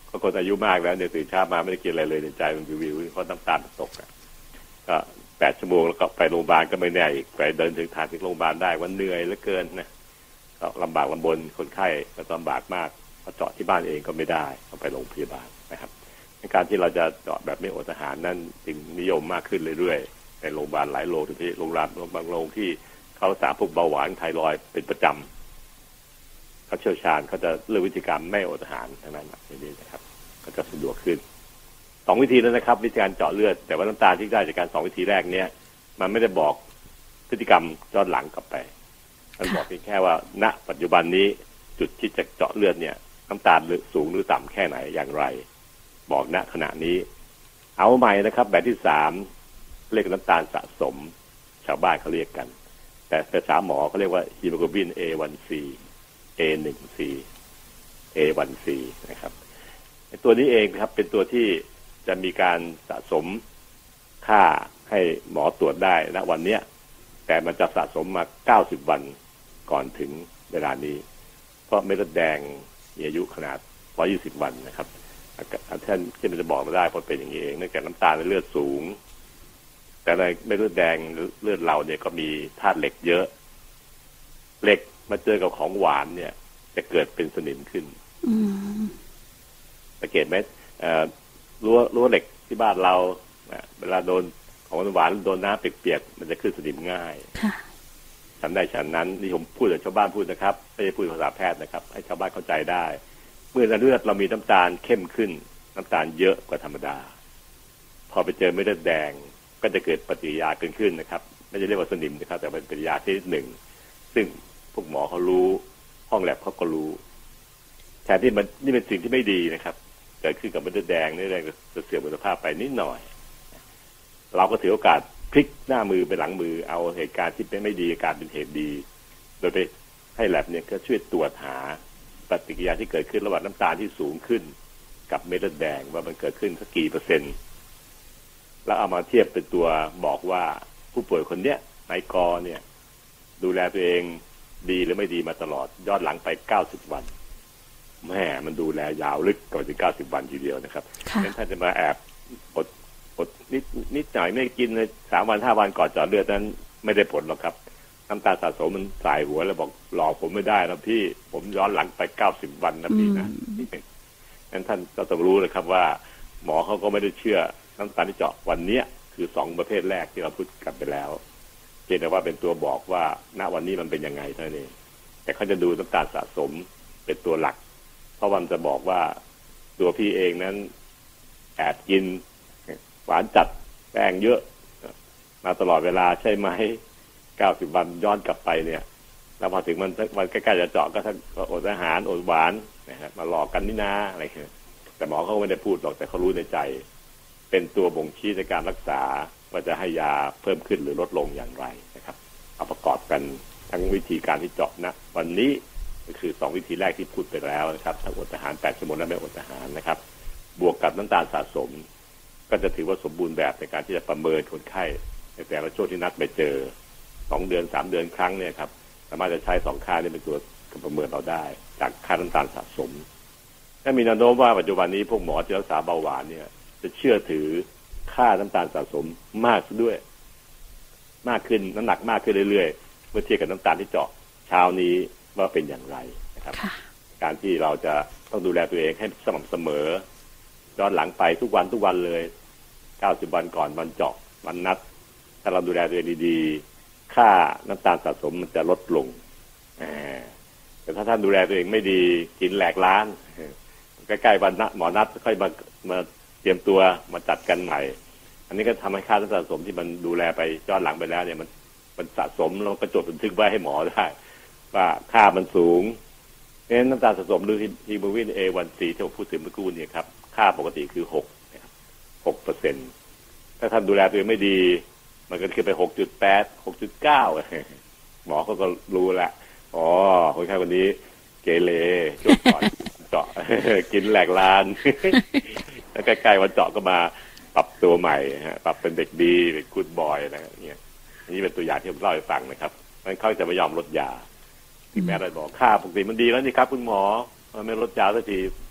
ก็คนอายุมากแล้วเนี่ยตื่นเช้ามาไม่ได้กินอะไรเลยในใจมันวิวๆเพราะน้ำตาลตกก็แปดชั่วโมงแล้วก็ไปโรงพยาบาลก็ไม่แน่อีกไปเดินถึงทางถึงโรงพยาบาลได้วันเหนื่อยเหลือเกินนะก็ลำบากลำบนคนไข้ก็ลำบากมากพอเจาะที่บ้านเองก็ไม่ได้ต้องไปโรงพยาบาลนะครับในการที่เราจะเจาะแบบไม่อดอาหารนั่นจึงนิยมมากขึ้นเรื่อยๆในโรงพยาบาลหลายโรงที่โรงพยาบาลบางโรงที่เขารักษาพวกเบาหวานไทรอยด์เป็นประจำเขาเชี่ยวชาญเขาจะเลือกวิธีการไม่อดอาหารทั้งนั้นนี่นะครับก็จะสะดวกขึ้นสองวิธีแล้วนะครับวิธีการเจาะเลือดแต่ว่าน้ำตาลที่ได้จากการสองวิธีแรกเนี้ยมันไม่ได้บอกพฤติกรรมย้อนหลังกลับไปมันบอกเพียงแค่ว่าณปัจจุบันนี้จุดที่จะเจาะเลือดเนี่ยน้ำตาลสูงหรือต่ำแค่ไหนอย่างไรบอกณขณะนี้เอาใหม่นะครับแบบที่สามเรียกน้ำตาลสะสมชาวบ้านเขาเรียกกันแต่ภาษาหมอเขาเรียกว่าฮีโมโกลบิน เอ วัน ซี เอ วัน ซี เอ วัน ซี นะครับตัวนี้เองครับเป็นตัวที่จะมีการสะสมค่าให้หมอตรวจได้ณวันนี้แต่มันจะสะสมมาเก้าสิบวันก่อนถึงเวลานี้เพราะเม็ดเลือดแดงมีอายุขนาดหนึ่งร้อยยี่สิบวันนะครับท่านที่มันจะบอกมาได้เพราะเป็นอย่างนี้เองเนื่องจากน้ำตาลในเลือดสูงแต่ในเม็ดเลือดแดงเลือดเราเนี่ยก็มีธาตุเหล็กเยอะเหล็กมาเจอกับของหวานเนี่ยจะเกิดเป็นสนิมขึ้นสังเกตไหมรั้วรั้วเหล็กที่บ้านเราเวลาโดนของหวานโดนน้ำเปียกๆมันจะขึ้นสนิมง่ายฉันได้ฉันนั้นนี่ผมพูดกับชาวบ้านพูดนะครับไม่ได้พูดภาษาแพทย์นะครับให้ชาวบ้านเข้าใจได้เมื่อเลือดเรามีน้ำตาลเข้มขึ้นน้ำตาลเยอะกว่าธรรมดาพอไปเจอเม็ดเลือดแดงก็จะเกิดปฏิกิริยาเกิดขึ้นนะครับไม่ใช่เรียกว่าสนิมนะครับแต่เป็นปฏิกิริยาชนิดหนึ่งซึ่งพวกหมอเขารู้ห้องแลบเขาก็รู้แทนที่มันนี่เป็นสิ่งที่ไม่ดีนะครับเกิดขึ้นกับเม็ดเลือดแดงนี่แรงจะเสื่อมคุณภาพไปนิดหน่อยเราก็ถือโอกาสพลิกหน้ามือไปหลังมือเอาเหตุการณ์ที่เป็นไม่ดีการเป็นเหตุดีโดยไปให้แลบเนี่ยก็ช่วยตรวจหาปฏิกิริยาที่เกิดขึ้นระหว่างน้ำตาลที่สูงขึ้นกับเม็ดเลือดแดงว่ามันเกิดขึ้นสักกี่เปอร์เซ็นต์แล้วเอามาเทียบเป็นตัวบอกว่าผู้ป่วยคนเนี้ยนายกอเนี่ยดูแลตัวเองดีหรือไม่ดีมาตลอดย้อนหลังไปเก้าสิบวันแม่มันดูแลยาวลึกก่อนถึงเก้าสิบวันทีเดียวนะครับงั้นท่านจะมาแอบอดอดนิดนิดหน่อยไม่กินเลยสามวันห้าวันก่อนเจาะเลือดนั้นไม่ได้ผลหรอกครับน้ำตาลสะสมมันสายหัวแล้วบอกหลอกผมไม่ได้นะพี่ผมย้อนหลังไปเก้าสิบวันนะพี่นะงั้นท่านก็ต้องรู้เลยครับว่าหมอเขาก็ไม่ได้เชื่อน้ำตาลที่เจาะวันนี้คือสองประเภทแรกที่เราพูดกันไปแล้วเพียงแต่ว่าเป็นตัวบอกว่าณวันนี้มันเป็นยังไงเท่านั้นเองแต่เขาจะดูน้ำตาลสะสมเป็นตัวหลักเพราะมันจะบอกว่าตัวพี่เองนั้นแอบกินหวานจัดแป้งเยอะมาตลอดเวลาใช่ไหมเก้าสิบวันย้อนกลับไปเนี่ยแล้วพอถึงมันวันใกล้ๆจะเจาะก็ท่านก็อดอาหารอดหวานนะครับมาหลอกกันนี่นาอะไรเงี้ยแต่หมอเขาไม่ได้พูดหรอกแต่เขารู้ในใจเป็นตัวบ่งชี้ในการรักษาว่าจะให้ยาเพิ่มขึ้นหรือลดลงอย่างไรนะครับเอาประกอบกันทั้งวิธีการที่เจาะนะวันนี้ก็คือสองวิธีแรกที่พูดไปแล้วนะครับทั้งอดอาหารแปดชั่วโมงและไม่อดอาหารนะครับบวกกับน้ำตาลสะสมก็จะถือว่าสมบูรณ์แบบในการที่จะประเมินคนไข้ในแต่ละช่วงที่นัดไปเจอสองเดือนสามเดือนครั้งเนี่ยครับสามารถจะใช้สองค่านี้เป็นตัวประเมินเราได้จากค่าน้ำตาลสะสมถ้ามีแนวโน้มว่าปัจจุบันนี้พวกหมอที่รักษาเบาหวานเนี่ยจะเชื่อถือค่าน้ำตาลสะสมมากด้วยมากขึ้นน้ำหนักมากขึ้นเรื่อยๆเมื่อเทียบกับน้ำตาลที่เจาะเช้านี้ว่าเป็นอย่างไรนะครับการที่เราจะต้องดูแลตัวเองให้สม่ำเสมอย้อนหลังไปทุกวันทุกวันเลยเก้าสิบวันก่อนวันเจาะวันนัดถ้าเราดูแลตัวเองดีๆค่าน้ำตาลสะสมมันจะลดลงแต่ถ้าท่านดูแลตัวเองไม่ดีกินแหลกล้านใกล้ๆวันนัดหมอนัดค่อยมามาเตรียมตัวมาจัดกันใหม่อันนี้ก็ทำให้ค่าน้ำตาลสะสมที่มันดูแลไปย้อนหลังไปแล้วเนี่ยมันมันสะสมแล้วก็จดบันทึกไว้ให้หมอได้ว่าค่ามันสูงเพราะฉะนั้นน้ำตาลสะสมหรือฮีโมโกลบิน เอ วัน ซี ที่ผมพูดถึงเมื่อกี้เนี่ยครับค่าปกติคือหกนะครับหกเปอร์เซ็นต์ถ้าท่านดูแลตัวเองไม่ดีมันก็ขึ้นไปหกจุดแปด หกจุดเก้าหมอเขาก็รู้ละอ๋อคนไข้คนนี้เกเรช่วงก่อนเจาะกินแหลกลานแล้วใกล้ๆวันเจาะก็มาปรับตัวใหม่ฮะปรับเป็นเด็กดีเป็นกู๊ดบอยอะไรอย่างเงี้ยอันนี้เป็นตัวอย่างที่ผมเล่าให้ฟังนะครับมันเขาจะไม่ยอมลดยาที่แม้เราบอกค่าปกติมันดีแล้วนี่ครับคุณหมอมันไม่ลดยาสักที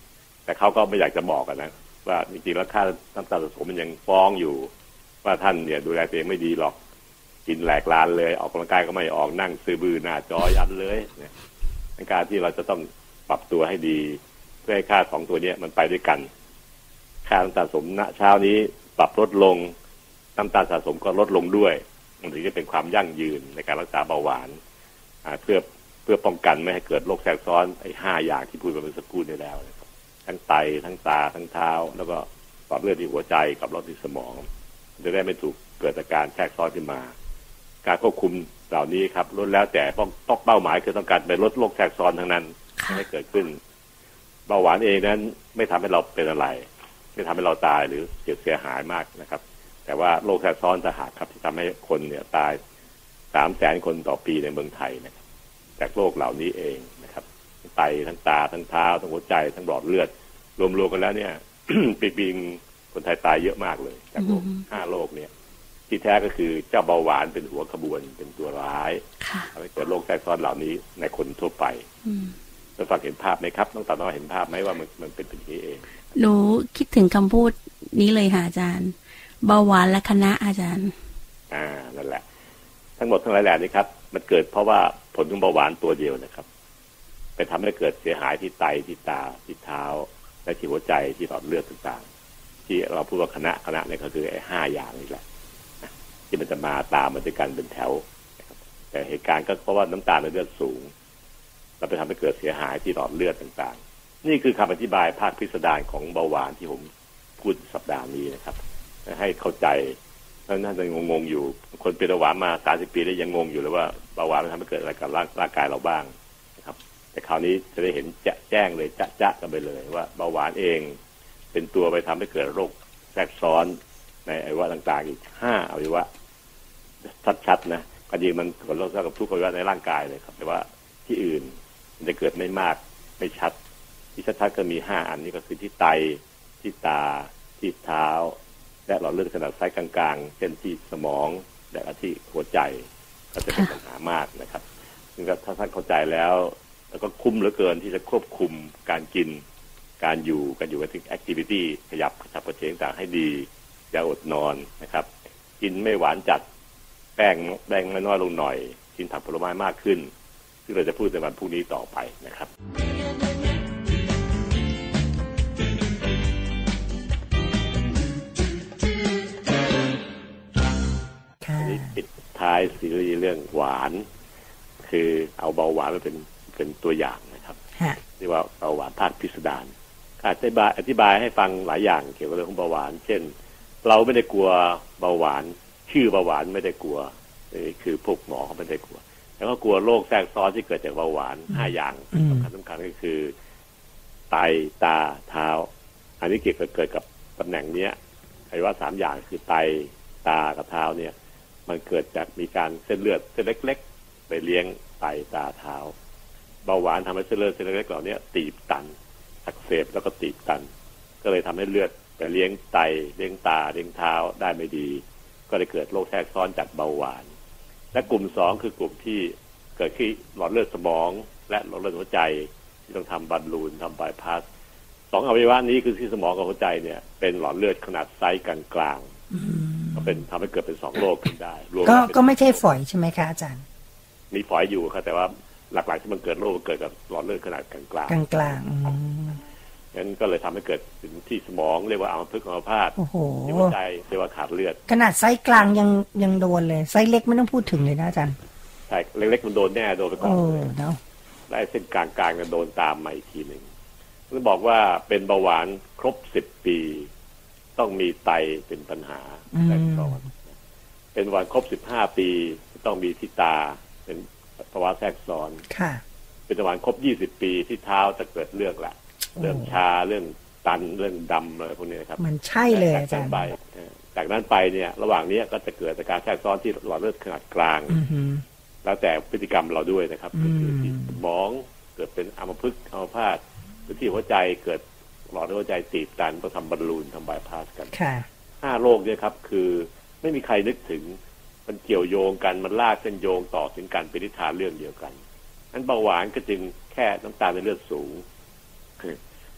แต่เขาก็ไม่อยากจะบอกกันนะว่าจริงๆแล้วค่าน้ำตาลสะสมมันยังฟ้องอยู่ว่าท่านเนี่ยดูแลตัวเองไม่ดีหรอกกินแหลกลานเลยออกกำลังกายก็ไม่ออกนั่งซื้อบื้อหน้าจอยันเลยเนี่ยในการที่เราจะต้องปรับตัวให้ดีเพื่อให้ค่าสองตัวนี้มันไปด้วยกันค่าน้ำตาลสะสมณเช้านี้ปรับลดลงน้ำตาลสะสมก็ลดลงด้วยมันถึงจะเป็นความยั่งยืนในการรักษาเบาหวานเพื่อเพื่อป้องกันไม่ให้เกิดโรคแทรกซ้อนไอ้ห้าอย่างที่พูดไปเมื่อสักครู่นี้แล้วนะครับทั้งไตทั้งตาทั้งเท้าแล้วก็หลอดเลือดที่หัวใจกับหลอดที่สมองจะได้ไม่ถูกเกิดอาการแทรกซ้อนขึ้นมาการควบคุมเหล่านี้ครับล้วนแล้วแต่ต้องต้องเป้าหมายคือต้องการไปลดโรคแทรกซ้อนทั้งนั้นไม่เกิดขึ้นเบาหวานเองนั้นไม่ทำให้เราเป็นอะไรไม่ทำให้เราตายหรือเสียหายมากนะครับแต่ว่าโรคแทรกซ้อนต่างหากครับที่ทำให้คนเนี่ยตายสามแสนคนต่อปีในเมืองไทยนะครับจากโรคเหล่านี้เองนะครับไตทั้งตาทั้งเท้าทั้งหัวใจทั้งหลอดเลือดรวมๆกันแล้วเนี่ย ปีๆคนไทยตายเยอะมากเลยจากโรคห้าโรคเนี่ยที่แท้ก็คือเจ้าเบาหวานเป็นหัวขบวนเป็นตัวร้ายทำให้เกิดโรคแทรกซ้อนเหล่านี้ในคนทั่วไปท่านฟังเห็นภาพไหมครับน้องตาน้อยเห็นภาพไหมว่ามันมันเป็นแบบนี้เองหนูคิดถึงคำพูดนี้เลยค่ะอาจารย์เบาหวานและคณะอาจารย์อ่านั่นแหละทั้งหมดทั้งหลายแหล่นี้ครับมันเกิดเพราะว่าผลของเบาหวานตัวเดียวนะครับไปทำให้เกิดเสียหายที่ไตที่ตาที่เท้าและที่หัวใจที่หลอดเลือดต่างๆที่เราพูดว่าคณะคณะเนี่ยก็คือไอ้ห้าอย่างนี่แหละที่มันจะมาตามมาด้วยกันเป็นแถวแต่เหตุการณ์ก็เพราะว่าน้ำตาลในเลือดสูงเราไปทำให้เกิดเสียหายที่หลอดเลือดต่างๆนี่คือคำอธิบายภาคพิสดารของเบาหวานที่ผมพูดสัปดาห์นี้นะครับให้เข้าใจท่านน่าจะงงๆอยู่คนเป็นเบาหวานมาสามสิบปีแล้วยังงงอยู่เลยว่าเบาหวานมันทำให้เกิดอะไรกับร่างกายเราบ้างนะครับแต่คราวนี้จะได้เห็นจะแจ้งเลยจะจะกันไปเลยว่าเบาหวานเองเป็นตัวไปทำให้เกิดโรคแทรกซ้อนในอวัยวะต่างๆอีกห้าอวัยวะชัดๆนะก็จริงมันผลลัพธ์กับทุกอวัยวะในร่างกายเลยครับแต่ว่าที่อื่นมันจะเกิดไม่มากไม่ชัดที่ชัดๆก็มีห้าอันนี้ก็คือที่ไตที่ตาที่เท้าและหลอดเลือดขนาดไซส์กลางๆเช่นที่สมองและที่หัวใจก็จะเป็นปัญหามากนะครับซึ่งถ้าท่านเข้าใจแล้วแล้วก็คุ้มเหลือเกินที่จะควบคุมการกินการอยู่การอยู่กับแอคทิวิตี้ขยับกระชับกระเฉงต่างให้ดีอย่าอดนอนนะครับกินไม่หวานจัดแป้งแป้งน้อยลงหน่อยกินผักผลไม้มากขึ้นซึ่งเราจะพูดในวันพรุ่งนี้ต่อไปนะครับปิดท้ายซีรีส์เรื่องหวานคือเอาเบาหวานมาเป็นเป็นตัวอย่างนะครับเรียกว่าเบาหวานภาคพิสดารอธิบายอธิบายให้ฟังหลายอย่างเกี่ยวกับเรื่องของเบาหวานเช่นเราไม่ได้กลัวเบาหวานชื่อเบาหวานไม่ได้กลัวนี่คือพวกหมอเขาไม่ได้กลัวแต่ก็กลัวโรคแทรกซ้อนที่เกิดจากเบาหวานห้าอย่างสำคัญสำคัญก็คือไตตาเท้าอันนี้เกี่ยวกับเกิดกับตำแหน่งเนี้ยไอ้ว่าสามอย่างคือไตตากับเท้าเนี่ยมันเกิดจากมีการเส้นเลือดเส้นเล็กๆไปเลี้ยงไตตาเท้าเบาหวานทำให้เส้นเลือดเส้นเล็กๆเหล่านี้ตีบตันอักเสบแล้วก็ตีบตันก็เลยทำให้เลือดไปเลี้ยงไตเลี้ยงตาเลี้ยงเท้าได้ไม่ดีก็เลยเกิดโรคแทรกซ้อนจากเบาหวานและกลุ่มสองคือกลุ่มที่เกิดที่หลอดเลือดสมองและหลอดเลือดหัวใจที่ต้องทำบอลลูนทำบายพาสสองอวัยวะนี้คือที่สมองกับหัวใจเนี่ยเป็นหลอดเลือดขนาดไซส์กลางๆก็เป็นทำให้เกิดเป็นสองโรคขึ้นได้ก็ก็ไม่ใช่ฝอยใช่ไหมคะอาจารย์มีฝอยอยู่ครับแต่ว่าหลักๆที่มันเกิดโรคเกิดกับหลอดเลือดขนาดกลางๆกลางๆงั้นก็เลยทำให้เกิดที่สมองเรียกว่าอัมพฤกษ์อัมพาตที่หัวใจเรียกว่าขาดเลือดขนาดไซส์กลางยังยังโดนเลยไซส์เล็กไม่ต้องพูดถึงเลยนะอาจารย์ใช่เล็กๆมันโดนแน่โดนไปก่อนเลยและเส้นกลางๆก็โดนตามมาอีกทีหนึ่งต้องบอกว่าเป็นเบาหวานครบสิบปีต้องมีไตเป็นปัญหาแทรกซ้อนเป็นเบาหวานครบสิบห้าปีต้องมีที่ตาเป็นภาวะแทรกซ้อนเป็นเบาหวานครบยี่สิบปีที่เท้าจะเกิดเลือดละเรื่องชาเรื่องตันเรื่องดำอะไรพวกนี้ครับมันใช่เลยอาจารย์จากนั้นไปเนี่ยระหว่างนี้ก็จะเกิดอาการแทรกซ้อนที่หลอดเลือดขนาดกลางแล้วแต่พฤติกรรมเราด้วยนะครับคือที่สมองเกิดเป็นอัมพฤกษ์อัมพาตหรือที่หัวใจเกิดหลอดหัวใจตีบตันต้องทำบอลลูนทำบายพาสกันห้าโรคเนี่ยครับคือไม่มีใครนึกถึงมันเกี่ยวโยงกันมันลากเส้นโยงต่อถึงกันเป็นนิทานเรื่องเดียวกันนั้นเบาหวานก็จึงแค่น้ำตาลในเลือดสูง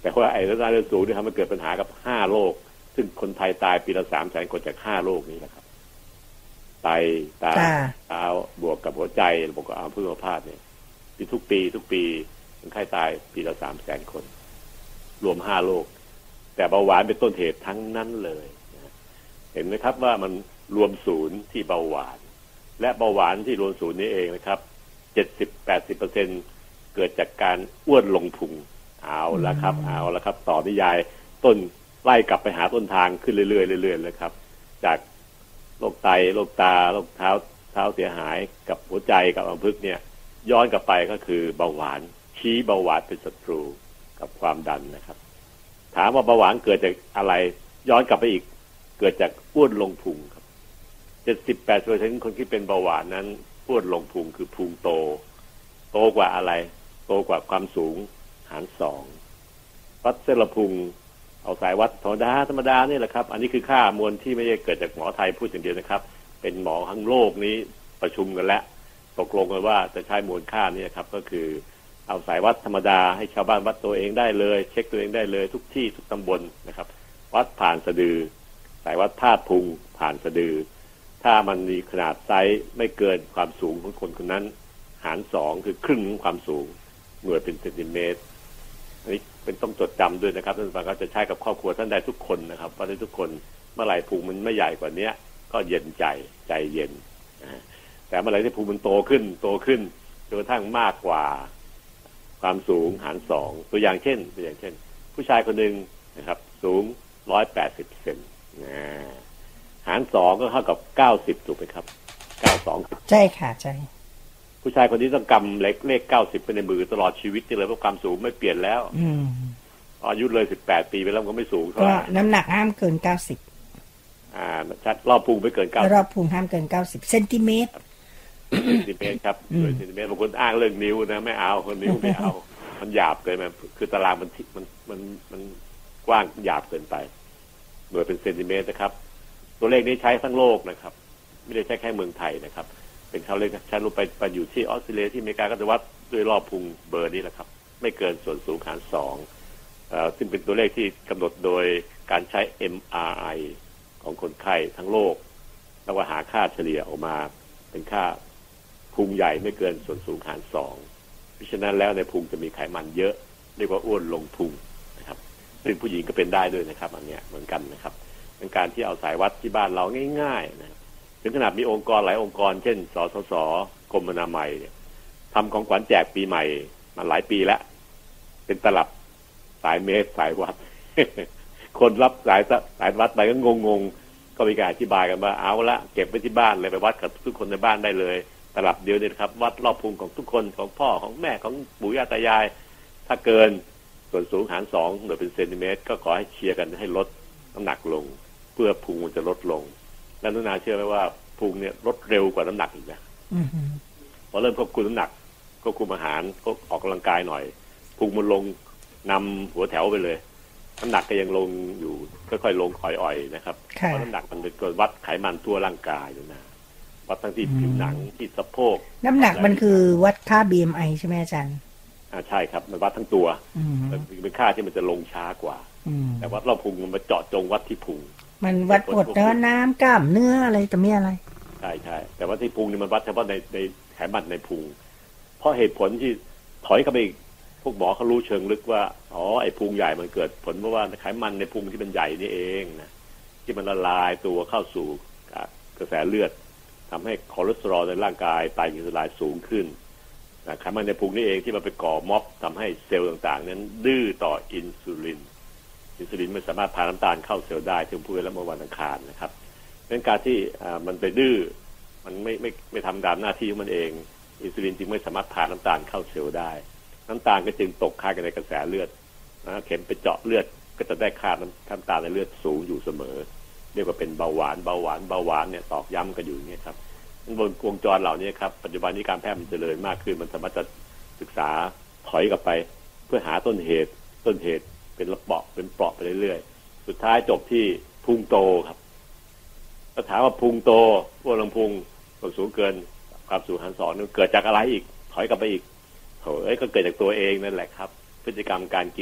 แต่ว่าไอ้น้ำตาลสูงนี่ทำให้เกิดปัญหากับห้าโรคซึ่งคนไทยตายปีละสามแสนคนจากห้าโรคนี้แหละครับไตตาเท้าบวกกับหัวใจบวกกับอัมพฤกษ์พาตเนี่ยที่ทุกปีทุกปีคนไข้ตายปีละสามแสนคนรวมห้าโรคแต่เบาหวานเป็นต้นเหตุทั้งนั้นเลยนะเห็นไหมครับว่ามันรวมศูนย์ที่เบาหวานและเบาหวานที่รวมศูนย์นี้เองนะครับเจ็ดสิบแปดสิบเปอร์เซ็นต์เกิดจากการอ้วนลงพุงเอาละครับเอาละครับต่อนิยายต้นไล่กลับไปหาต้นทางขึ้นเรื่อยๆเรื่อยๆเลยครับจากโรคไตโรคตาโรคเท้าเท้าเสียหายกับหัวใจกับอัมพฤกษ์เนี่ยย้อนกลับไปก็คือเบาหวานชี้เบาหวานเป็นศัตรูกับความดันนะครับถามว่าเบาหวานเกิดจากอะไรย้อนกลับไปอีกเกิดจากอ้วนลงพุงครับเจ็ดสิบแปดเปอร์เซ็นต์คนที่เป็นเบาหวานนั้นอ้วนลงพุงคือพุงโตโตกว่าอะไรโตกว่าความสูงหารสองวัดเส้นละพุงเอาสายวัดธรรมดาธรรมดานี่แหละครับอันนี้คือค่ามวลที่ไม่ได้เกิดจากหมอไทยพูดอย่างเดียวนะครับเป็นหมอทั้งโลกนี้ประชุมกันแล้วตกลงกันว่าจะใช้มวลค่านี่ครับก็คือเอาสายวัดธรรมดาให้ชาวบ้านวัดตัวเองได้เลยเช็คตัวเองได้เลยทุกที่ทุกตำบลนะครับวัดผ่านสะดือสายวัดธาตุพุงผ่านสะดือถ้ามันมีขนาดไซส์ไม่เกินความสูงของคนคนนั้นหารสองคือครึ่งของความสูงหน่วยเป็นเซนติเมตรอันนี้เป็นต้องจดจำด้วยนะครับท่านผู้ฟังก็จะใช้กับครอบครัวท่านได้ทุกคนนะครับว่าได้ทุกคนเมื่อไหร่พุงมันไม่ใหญ่กว่านี้ก็เย็นใจใจเย็นนะแต่เมื่อไหร่ที่พุงมันโตขึ้นโตขึ้นจนกระทั่งมากกว่าความสูงหารสองตัวอย่างเช่นตัวอย่างเช่นผู้ชายคนหนึ่งนะครับสูงร้อยแปดสิบเซนนะหารสองก็เท่ากับเก้าสิบถูกไหมครับเก้าสองใช่ค่ะใช่ผู้ชายคนนี้ต้องกำเล็กเลขเก้าสิบไปในมือตลอดชีวิตเลยเพราะความสูงไม่เปลี่ยนแล้วอายุเลยสิบแปดปีไปแล้วก็ไม่สูงเท่าไหร่ก็น้ำหนักห้ามเกินเก้าสิบอ่าชัดรอบพุงไม่เกินเก้าสิบรอบพุงห้ามเกินเก้าสิบเซนติเมตรเซนติเมตรครับโดยเซนติเมตรบางคนอ้างเรื่องนิ้วนะไม่เอาคนนิ้วไม่เอามันหยาบเกินไปคือตารางมันมันมันมันกว้างหยาบเกินไปโดยเป็นเซนติเมตรนะครับตัวเลขนี้ใช้ทั้งโลกนะครับไม่ได้ใช้แค่เมืองไทยนะครับเป็นเขาเลยใช้รูปไปไปอยู่ที่ออสเตรเลียที่อเมริกาก็จะวัดด้วยรอบพุงเบอร์นี้แหละครับไม่เกินส่วนสูงหารสองซึ่งเป็นตัวเลขที่กำหนดโดยการใช้ เอ็ม อาร์ ไอ ของคนไข้ทั้งโลกแล้วก็หาค่าเฉลี่ยออกมาเป็นค่าพุงใหญ่ไม่เกินส่วนสูงหารสองเพราะฉะนั้นแล้วในพุงจะมีไขมันเยอะเรียกว่าอ้วนลงพุงนะครับซึ่งผู้หญิงก็เป็นได้ด้วยนะครับอันนี้เหมือนกันนะครับเป็นการที่เอาสายวัดที่บ้านเราง่ายๆนะถึงขนาดมีองค์กรหลายองค์กรเช่นสสสกรมอนามัยเนี่ยทำของขวัญแจกปีใหม่มาหลายปีแล้วเป็นตลับสายเมตรสายวัด คนรับสายสายวัดไปก็งงๆก็มีการอธิบายกันว่าเอาละเก็บไว้ที่บ้านเลยไปวัดกับทุกคนในบ้านได้เลยตลับเดียวเนี่ยครับวัดรอบพุงของทุกคนของพ่อของแม่ของปู่ย่าตายายถ้าเกินส่วนสูงหารสองหรือเป็นเซนติเมตรก็ขอให้เชียร์กันให้ลดน้ำหนักลงเพื่อพุงมันจะลดลงแล้วนุนาเชื่อไหมว่าพุงเนี่ยลดเร็วกว่าน้ำหนักอีกนะพอเริ่มควบคุมน้ำหนักควบคุมอาหารก็ออกกำลังกายหน่อยพุงมันลงนำหัวแถวไปเลยน้ำหนักก็ยังลงอยู่ค่อยๆลงอ่อยๆนะครับเพราะน้ำหนักมันเป็นตัววัดไขมันทั่วร่างกายอยู่นะวัดทั้งที่ผิวหนังที่สะโพกน้ำหนักมันคือวัดค่า บี เอ็ม ไอ ใช่ไหมอาจารย์อ่าใช่ครับมันวัดทั้งตัวมันเป็นค่าที่มันจะลงช้ากว่าแต่วัดรอบพุงมันมาเจาะจงวัดที่พุงมันวัดกดเนื้อน้ำกล้ามเนื้ออะไรแต่ไม่อะไรใช่ใช่แต่ว่าที่พุงนี่มันวัดเฉพาะในในไขมันในพุงเพราะเหตุผลที่ถอยเข้าไปพวกหมอเขารู้เชิงลึกว่าอ๋อไอ้พุงใหญ่มันเกิดผลเพราะว่าไขมันในพุงที่มันใหญ่นี่เองนะที่มันละลายตัวเข้าสู่กระแสเลือดทำให้คอเลสเตอรอลในร่างกายไตรกลีเซอไรด์สูงขึ้นนะไขมันในพุงนี่เองที่มันไปก่อม็อบทำให้เซลล์ต่างๆนั้นดื้อต่ออินซูลินอินซูลินไม่สามารถพาน้ำตาลเข้าเซลล์ได้ที่ผมพูดแล้วเมื่อวันอังคารนะครับเป็นการที่มันไปดื้อมันไม่ไม่ไม่ทำตามหน้าที่ของมันเองอินซูลินจึงไม่สามารถพาน้ำตาลเข้าเซลล์ได้น้ำตาลก็จึงตกค้างกันในกระแสเลือดนะเข็มไปเจาะเลือดก็จะได้ค่าน้ำตาลในเลือดสูงอยู่เสมอเรียกว่าเป็นเบาหวานเบาหวานเบาหวานเนี่ยตอกย้ำกันอยู่อย่างนี้ครับบนวงจรเหล่านี้ครับปัจจุบันนี้การแพทย์มันเจริญมากขึ้นมันสามารถจะศึกษาถอยกลับไปเพื่อหาต้นเหตุต้นเหตุเป็นระเปาะเป็นเปราะไปเรื่อยๆสุดท้ายจบที่พุงโตครับถ้าถามว่าพุงโตอ้วนลงพุงส่วนสูงเกินความสูงหารสองนี่เกิดจากอะไรอีกถอยกลับไปอีกโถ่เอ้ยก็เกิดจากตัวเองนั่นแหละครับพฤติกรรมการกิน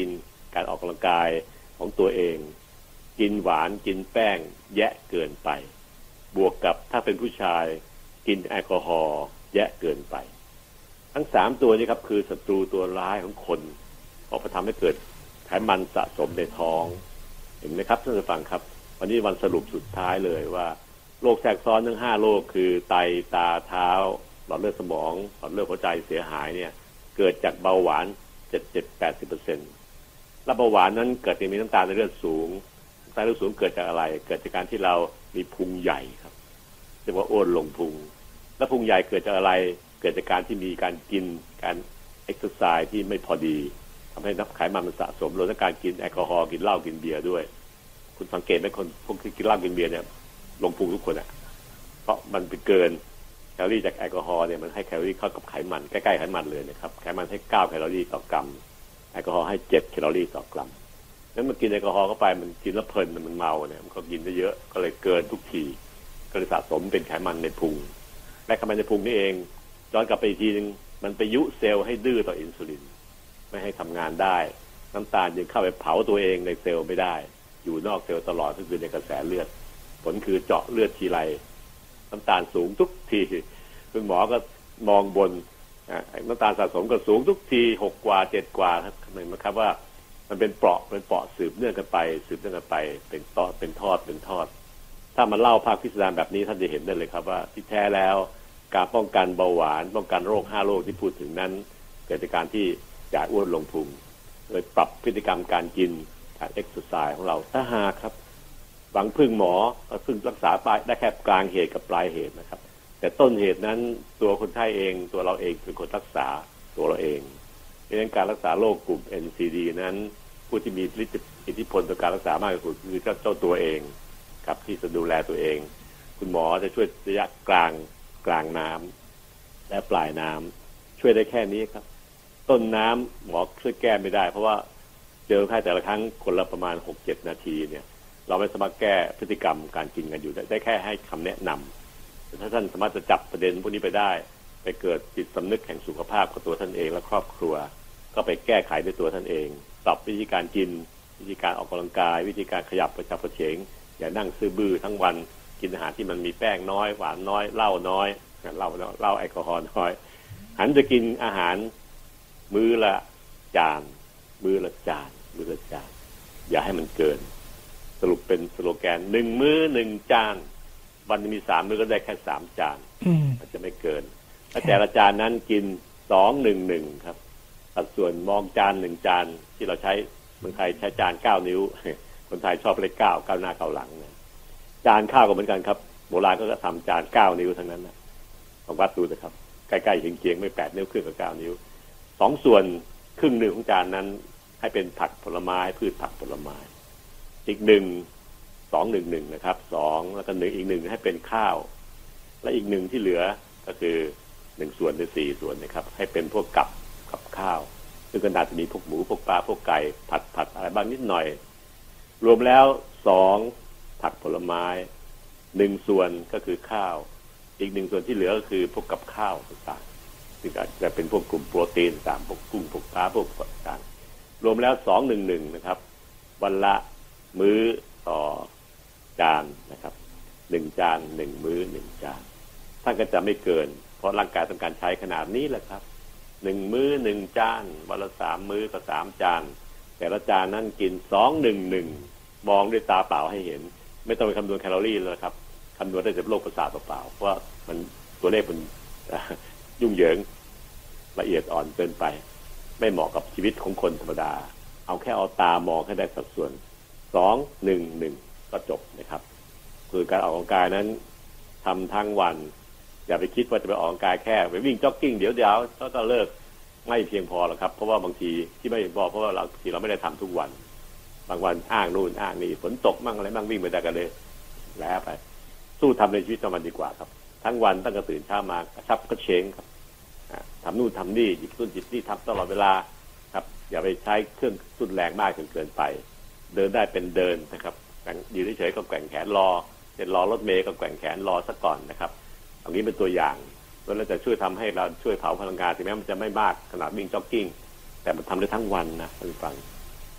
การออกกำลังกายของตัวเองกินหวานกินแป้งแยะเกินไปบวกกับถ้าเป็นผู้ชายกินแอลกอฮอล์แยะเกินไปทั้งสามตัวนี้ครับคือศัตรูตัวร้ายของคนเพราะทำให้เกิดไขมันสะสมในท้องเห็นไหมครับท่านผู้ฟังครับวันนี้วันสรุปสุดท้ายเลยว่าโรคแทรกซ้อนทั้งห้าโรคคือไตตาเท้าหลอดเลือดสมองหลอดเลือดหัวใจเสียหายเนี่ยเกิดจากเบาหวาน เจ็ดสิบถึงแปดสิบเปอร์เซ็นต์ และเบาหวานนั้นเกิดจากมีน้ำตาลในเลือดสูงน้ำตาลในเลือดสูงเกิดจากอะไรเกิดจากการที่เรามีพุงใหญ่ครับเรียกว่าอ้วนลงพุงและพุงใหญ่เกิดจากอะไรเกิดจากการที่มีการกินการเอ็กซ์ไซส์ที่ไม่พอดีทำให้น้ำไขมันมันสะสมรวมทั้งการกินแอลกอฮอล์กินเหล้ากินเบียร์ด้วยคุณสังเกตไหมคนพวกที่กินเหล้ากินเบียร์เนี่ยลงพุงทุกคนอ่ะเพราะมันไปเกินแคลอรี่จากแอลกอฮอล์เนี่ยมันให้แคลอรี่เข้ากับไขมันใกล้ๆไขมันเลยนะครับไขมันให้เก้าแคลอรี่ต่อกรัมแอลกอฮอล์ให้เจ็ดแคลอรี่ต่อกรัมนั้นมันกินแอลกอฮอล์เข้าไปมันกินแล้วเพลินมันเมาเนี่ยมันก็กินได้เยอะก็เลยเกินทุกทีก็เลยสะสมเป็นไขมันในพุงและไขมันในพุงนี่เองย้อนกลับไปอีกทีนึงมันไปยุเซลล์ให้ดื้อต่ออินซูลินไม่ให้ทำงานได้น้ำตาลยังเข้าไปเผาตัวเองในเซลล์ไม่ได้อยู่นอกเซลล์ตลอดก็คือในกระแสเลือดผลคือเจาะเลือดทีไรน้ำตาลสูงทุกทีคุณหมอก็มองบนน้ำตาลสะสมก็สูงทุกทีหกกว่าเจ็ดกว่าครับเห็นไหมครับว่ามันเป็นเปราะเป็นเปราะสืบเนื่องกันไปสืบเนื่องกันไปเป็นตอเป็นทอดเป็นทอดถ้ามันเล่าภาคพิสดารแบบนี้ท่านจะเห็นได้เลยครับว่าที่แท้แล้วการป้องกันเบาหวานป้องกันโรคห้าโรคที่พูดถึงนั้นเกิดจากการที่อยากอ้วนลงพุงเลยปรับพฤติกรรมการกินการเอ็กซ์ไซส์ของเราถ้าหากครับหวังพึ่งหมอพึ่งรักษาปลายได้แค่กลางเหตุกับปลายเหตุนะครับแต่ต้นเหตุนั้นตัวคนไข้เองตัวเราเองเป็นคนรักษาตัวเราเองดังนั้นการรักษาโรคกลุ่ม เอ็น ซี ดี นั้นผู้ที่มีอิทธิพลต่อการรักษามากที่สุดคือเจ้าเจ้าตัวเองครับที่จะดูแลตัวเองคุณหมอจะช่วยระยะกลางกลางน้ำและปลายน้ำช่วยได้แค่นี้ครับต้นน้ำหมอช่วยแก้ไม่ได้เพราะว่าเจอไข้แต่ละครั้งคนละประมาณ หกเจ็ด นาทีเนี่ยเราไม่สามารถแก้พฤติกรรมการกินกันอยู่ได้แค่ให้คำแนะนำแต่ถ้าท่านสามารถจะจับประเด็นพวกนี้ไปได้ไปเกิดจิตสำนึกแห่งสุขภาพของตัวท่านเองและครอบครัวก็ไปแก้ไขด้วยตัวท่านเองปรับวิธีการกินวิธีการออกกำลังกายวิธีการขยับกระฉับกระเฉงอย่านั่งซื่อบื้อทั้งวันกินอาหารที่มันมีแป้งน้อยหวานน้อยเหล้าน้อยเหล้าเหล้าแอลกอฮอล์น้อยหันจะกินอาหารมื้อละจานมื้อละจานมื้อละจานอย่าให้มันเกินสรุปเป็นสโลแกนหนึ่งมื้อหนึ่งจานวันมีสามมื้อก็ได้แค่สามจานอาจจะไม่เกินแต่ละจานนั้นกินสองหนึ่งหนึ่งครับสัดส่วนมองจานหนึ่งจานที่เราใช้เมืองไทยใช้จานเก้านิ้วคนไทยชอบเลขเก้าเก้าหน้าเก้าหลังนะจานข้าวก็เหมือนกันครับโบราณก็ทำจานเก้านิ้วทั้งนั้นนะลองวัดดูนะครับใกล้ๆเคียงๆไม่แปดนิ้วครึ่งกับเก้านิ้วสองส่วนครึ่งหนึ่งของจานนั้นให้เป็นผักผลไม้พืชผักผลไม้อีกหนึ่งสองหนึ่งหนึ่งนะครับสองแล้วก็หนึ่งอีกหนึ่งให้เป็นข้าวและอีกหนึ่งที่เหลือก็คือหนึ่งส่วนในสี่ส่วนนะครับให้เป็นพวกกับกับข้าวซึ่งก็น่าจะมีพวกหมูพวกปลาพวกไก่ผัดผัดอะไรบ้างนิดหน่อยรวมแล้วสองผักผลไม้หนึ่งส่วนก็คือข้าวอีกหนึ่งส่วนที่เหลือก็คือพวกกับข้าวต่างๆซึ่งจะเป็นพวกกลุ่มโปรตีนต่างพวกกุ้งพวกปลาพวกต่างรวมแล้วสองหนึ่งหนึ่งนะครับวันละมื้อต่อจานนะครับหนึ่งจานหนึ่งมื้อหนึ่งจานท่านก็จะไม่เกินเพราะร่างกายต้องการใช้ขนาดนี้แหละครับหนึ่งมื้อหนึ่งจานวันละสามมื้อก็สามจานแต่ละจานนั้นกินสองหนึ่งหนึ่งมองด้วยตาเปล่าให้เห็นไม่ต้องไปคำนวณแคลอรี่เลยครับคำนวณได้จากโรคประสาทเปล่าๆเพราะว่ามันตัวเลขมันยุ่งเหยิงละเอียดอ่อนเกินไปไม่เหมาะกับชีวิตของคนธรรมดาเอาแค่เอาตามองให้ได้สัดส่วนสองหนึ่งหนึ่งก็จบนะครับคือการออกกำลังกายนั้นทำทั้งวันอย่าไปคิดว่าจะไปออกกำลังกายแค่ไปวิ่งจ็อกกิ้งเดี๋ยวเดียวก็เลิกไม่เพียงพอหรอกครับเพราะว่าบางทีที่ไม่พอเพราะว่าเราทีเราไม่ได้ทำทุกวันบางวันอ้างนู่นอ้างนี่ฝนตกมั่งอะไรมั่งวิ่งไปได้กันเลยแล้วไปสู้ทำในชีวิตประจำวันดีกว่าครับทั้งวันตั้งแต่ตื่นเช้ามากระชับกระเฉงครับทำนู่นทำนี่หยิบนู่นหยิบนี่ทำตลอดเวลาครับอย่าไปใช้เครื่องทุ่นแรงมากจนเกินไปเดินได้เป็นเดินนะครับยืนเฉยๆก็แกว่งแขนรอเสร็จรอรถเมล์ก็แกว่งแขนรอซะก่อนนะครับตรงนี้เป็นตัวอย่างแล้วเราจะช่วยทำให้เราช่วยเผาพลังงานถึงแม้มันจะไม่มากขนาดวิ่งจ็อกกิ้งแต่มันทำได้ทั้งวันนะท่านฟัง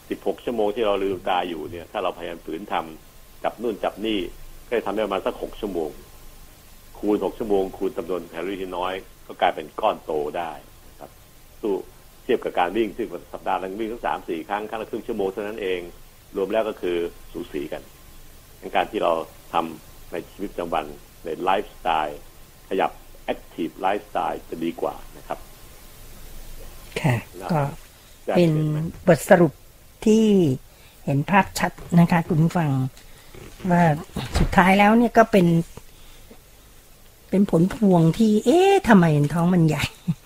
สิบหกชั่วโมงที่เราลืมตาอยู่เนี่ยถ้าเราพยายามฝืนทำจับนู่นจับนี่ก็จะทำได้ประมาณสักหกชั่วโมงคูณหกชั่วโมงคูณจำนวนแคลอรี่ที่น้อยก็กลายเป็นก้อนโตได้ครับสู้เทียบกับการวิ่งซึ่งสัปดาห์นึงวิ่งสักสามสี่ครั้งครั้งละครึ่งชั่วโมงเท่านั้นเองรวมแล้วก็คือสูสีกันในการที่เราทำในชีวิตประจำวันในไลฟ์สไตล์ขยับแอคทีฟไลฟ์สไตล์จะดีกว่านะครับค่ะก็เป็นบทสรุปที่เห็นภาพชัดนะคะคุณผู้ฟังว่าสุดท้ายแล้วเนี่ยก็เป็นเป็นผลพวงที่เอ๊ะทำไมท้องมันใหญ่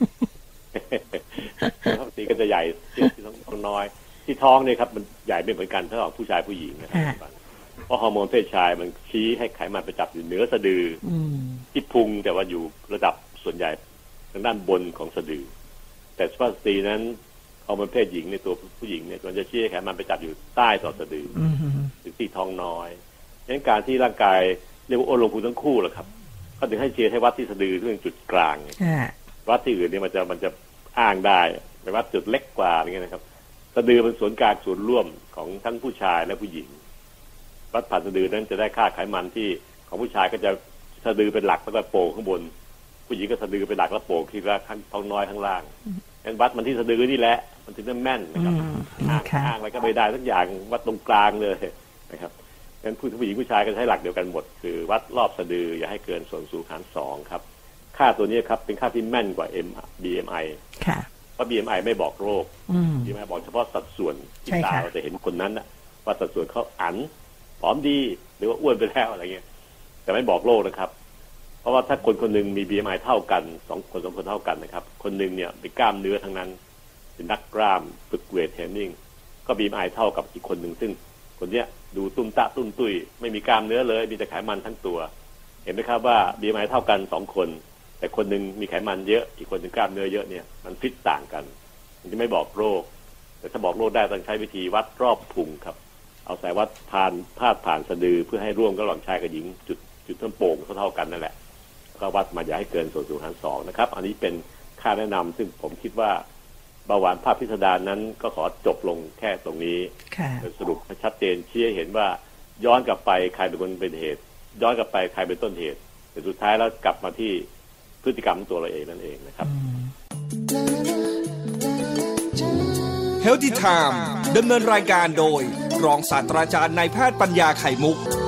ท้องตีก็จะใหญ่ที่ท้องน้อยที่ท้องเนี่ยครับมันใหญ่ไม่เหมือนกันทั้งผู้ชายผู้หญิงนะครับเพราะฮอร์โมนเพศชายมันชี้ให้ไขมันไปจับอยู่เหนือสะดือที่พุงแต่ว่าอยู่ระดับส่วนใหญ่ทางด้านบนของสะดือแต่สุภาพสตรีนั้นฮอร์โมนเพศหญิงในตัวผู้หญิงเนี่ยมันจะชี้ให้ไขมันไปจับอยู่ใต้ต่อสะดือหรือที่ท้องน้อยดังนั้นการที่ร่างกายเรียกว่าโอลงพุงทั้งคู่แหละครับก็ถึงให้เชียร์ให้วัดที่สะดือที่เป็นจุดกลางวัดที่อื่นเนี่ยมันจะมันจะอ้างได้ไปวัดจุดเล็กกว่าอย่างเงี้ยนะครับสะดือเป็นศูนย์กลางศูนย์ร่วมของทั้งผู้ชายและผู้หญิงวัดผ่านสะดือนั้นจะได้ค่าไขมันที่ของผู้ชายก็จะสะดือเป็นหลักแล้วก็โป่งข้างบนผู้หญิงก็สะดือเป็นหลักแล้วโป่งที่ละข้างท้องน้อยข้างล่างงั้นวัดมันที่สะดือนี่แหละมันถึงจะแม่นนะครับอ้างอ้างอะไรก็ไม่ได้ทุกอย่างวัดตรงกลางเลยนะครับงั้นผู้หญิงผู้ชายก็ใช้หลักเดียวกันหมดคือวัดรอบสะดืออย่าให้เกินส่วนสูงหารสองครับค่าตัวนี้ครับเป็นค่าที่แม่นกว่า บี เอ็ม ไอ ค่ะเพราะ บี เอ็ม ไอ ไม่บอกโรค บี เอ็ม ไอ บอกเฉพาะสัดส่วนที่ตาเราจะเห็นคนนั้นนะว่าสัดส่วนเขาอันผอมดีหรือว่าอ้วนไปแล้วอะไรเงี้ยแต่ไม่บอกโรคนะครับเพราะว่าถ้าคนคนนึงมี บี เอ็ม ไอ เท่ากันสองคนสองคนเท่ากันนะครับคนนึงเนี่ยเป็นกล้ามเนื้อทั้งนั้นเป็นนักกล้ามฝึกเวทเทรนนิ่งก็ บี เอ็ม ไอ เท่ากับอีกคนนึงซึ่งคนเนี้ยดูตุ้มตะตุ้มตุ้ยไม่มีกล้ามเนื้อเลยมีแต่ไขมันทั้งตัวเห็นไหมครับว่า บี เอ็ม ไอ เท่ากันสองคนแต่คนนึงมีไขมันเยอะอีกคนนึงกล้ามเนื้อเยอะเนี่ยมันฟิตต่างกันมันจะไม่บอกโรคแต่ถ้าบอกโรคได้ต้องใช้วิธีวัดรอบพุงครับเอาสายวัดผ่านพาดผ่านสะดือเพื่อให้ร่วมกับหล่อนชายกับหญิงจุดจุดต้นโป่งเท่ากันนั่นแหละก็วัดมาอย่าให้เกินส่วนสูงหารสองนะครับอันนี้เป็นค่าแนะนำซึ่งผมคิดว่าเบาหวานภาพพิสดารนั้นก็ขอจบลงแค่ตรงนี้สรุปให้ชัดเจนชี้ให้เห็นว่าย้อนกลับไปใครเป็นคนเป็นเหตุย้อนกลับไปใครเป็นต้นเหตุแต่สุดท้ายแล้วกลับมาที่พฤติกรรมของตัวเราเองนั่นเองนะครับ Healthy Time ดำเนินรายการโดยรองศาสตราจารย์นายแพทย์ปัญญาไข่มุก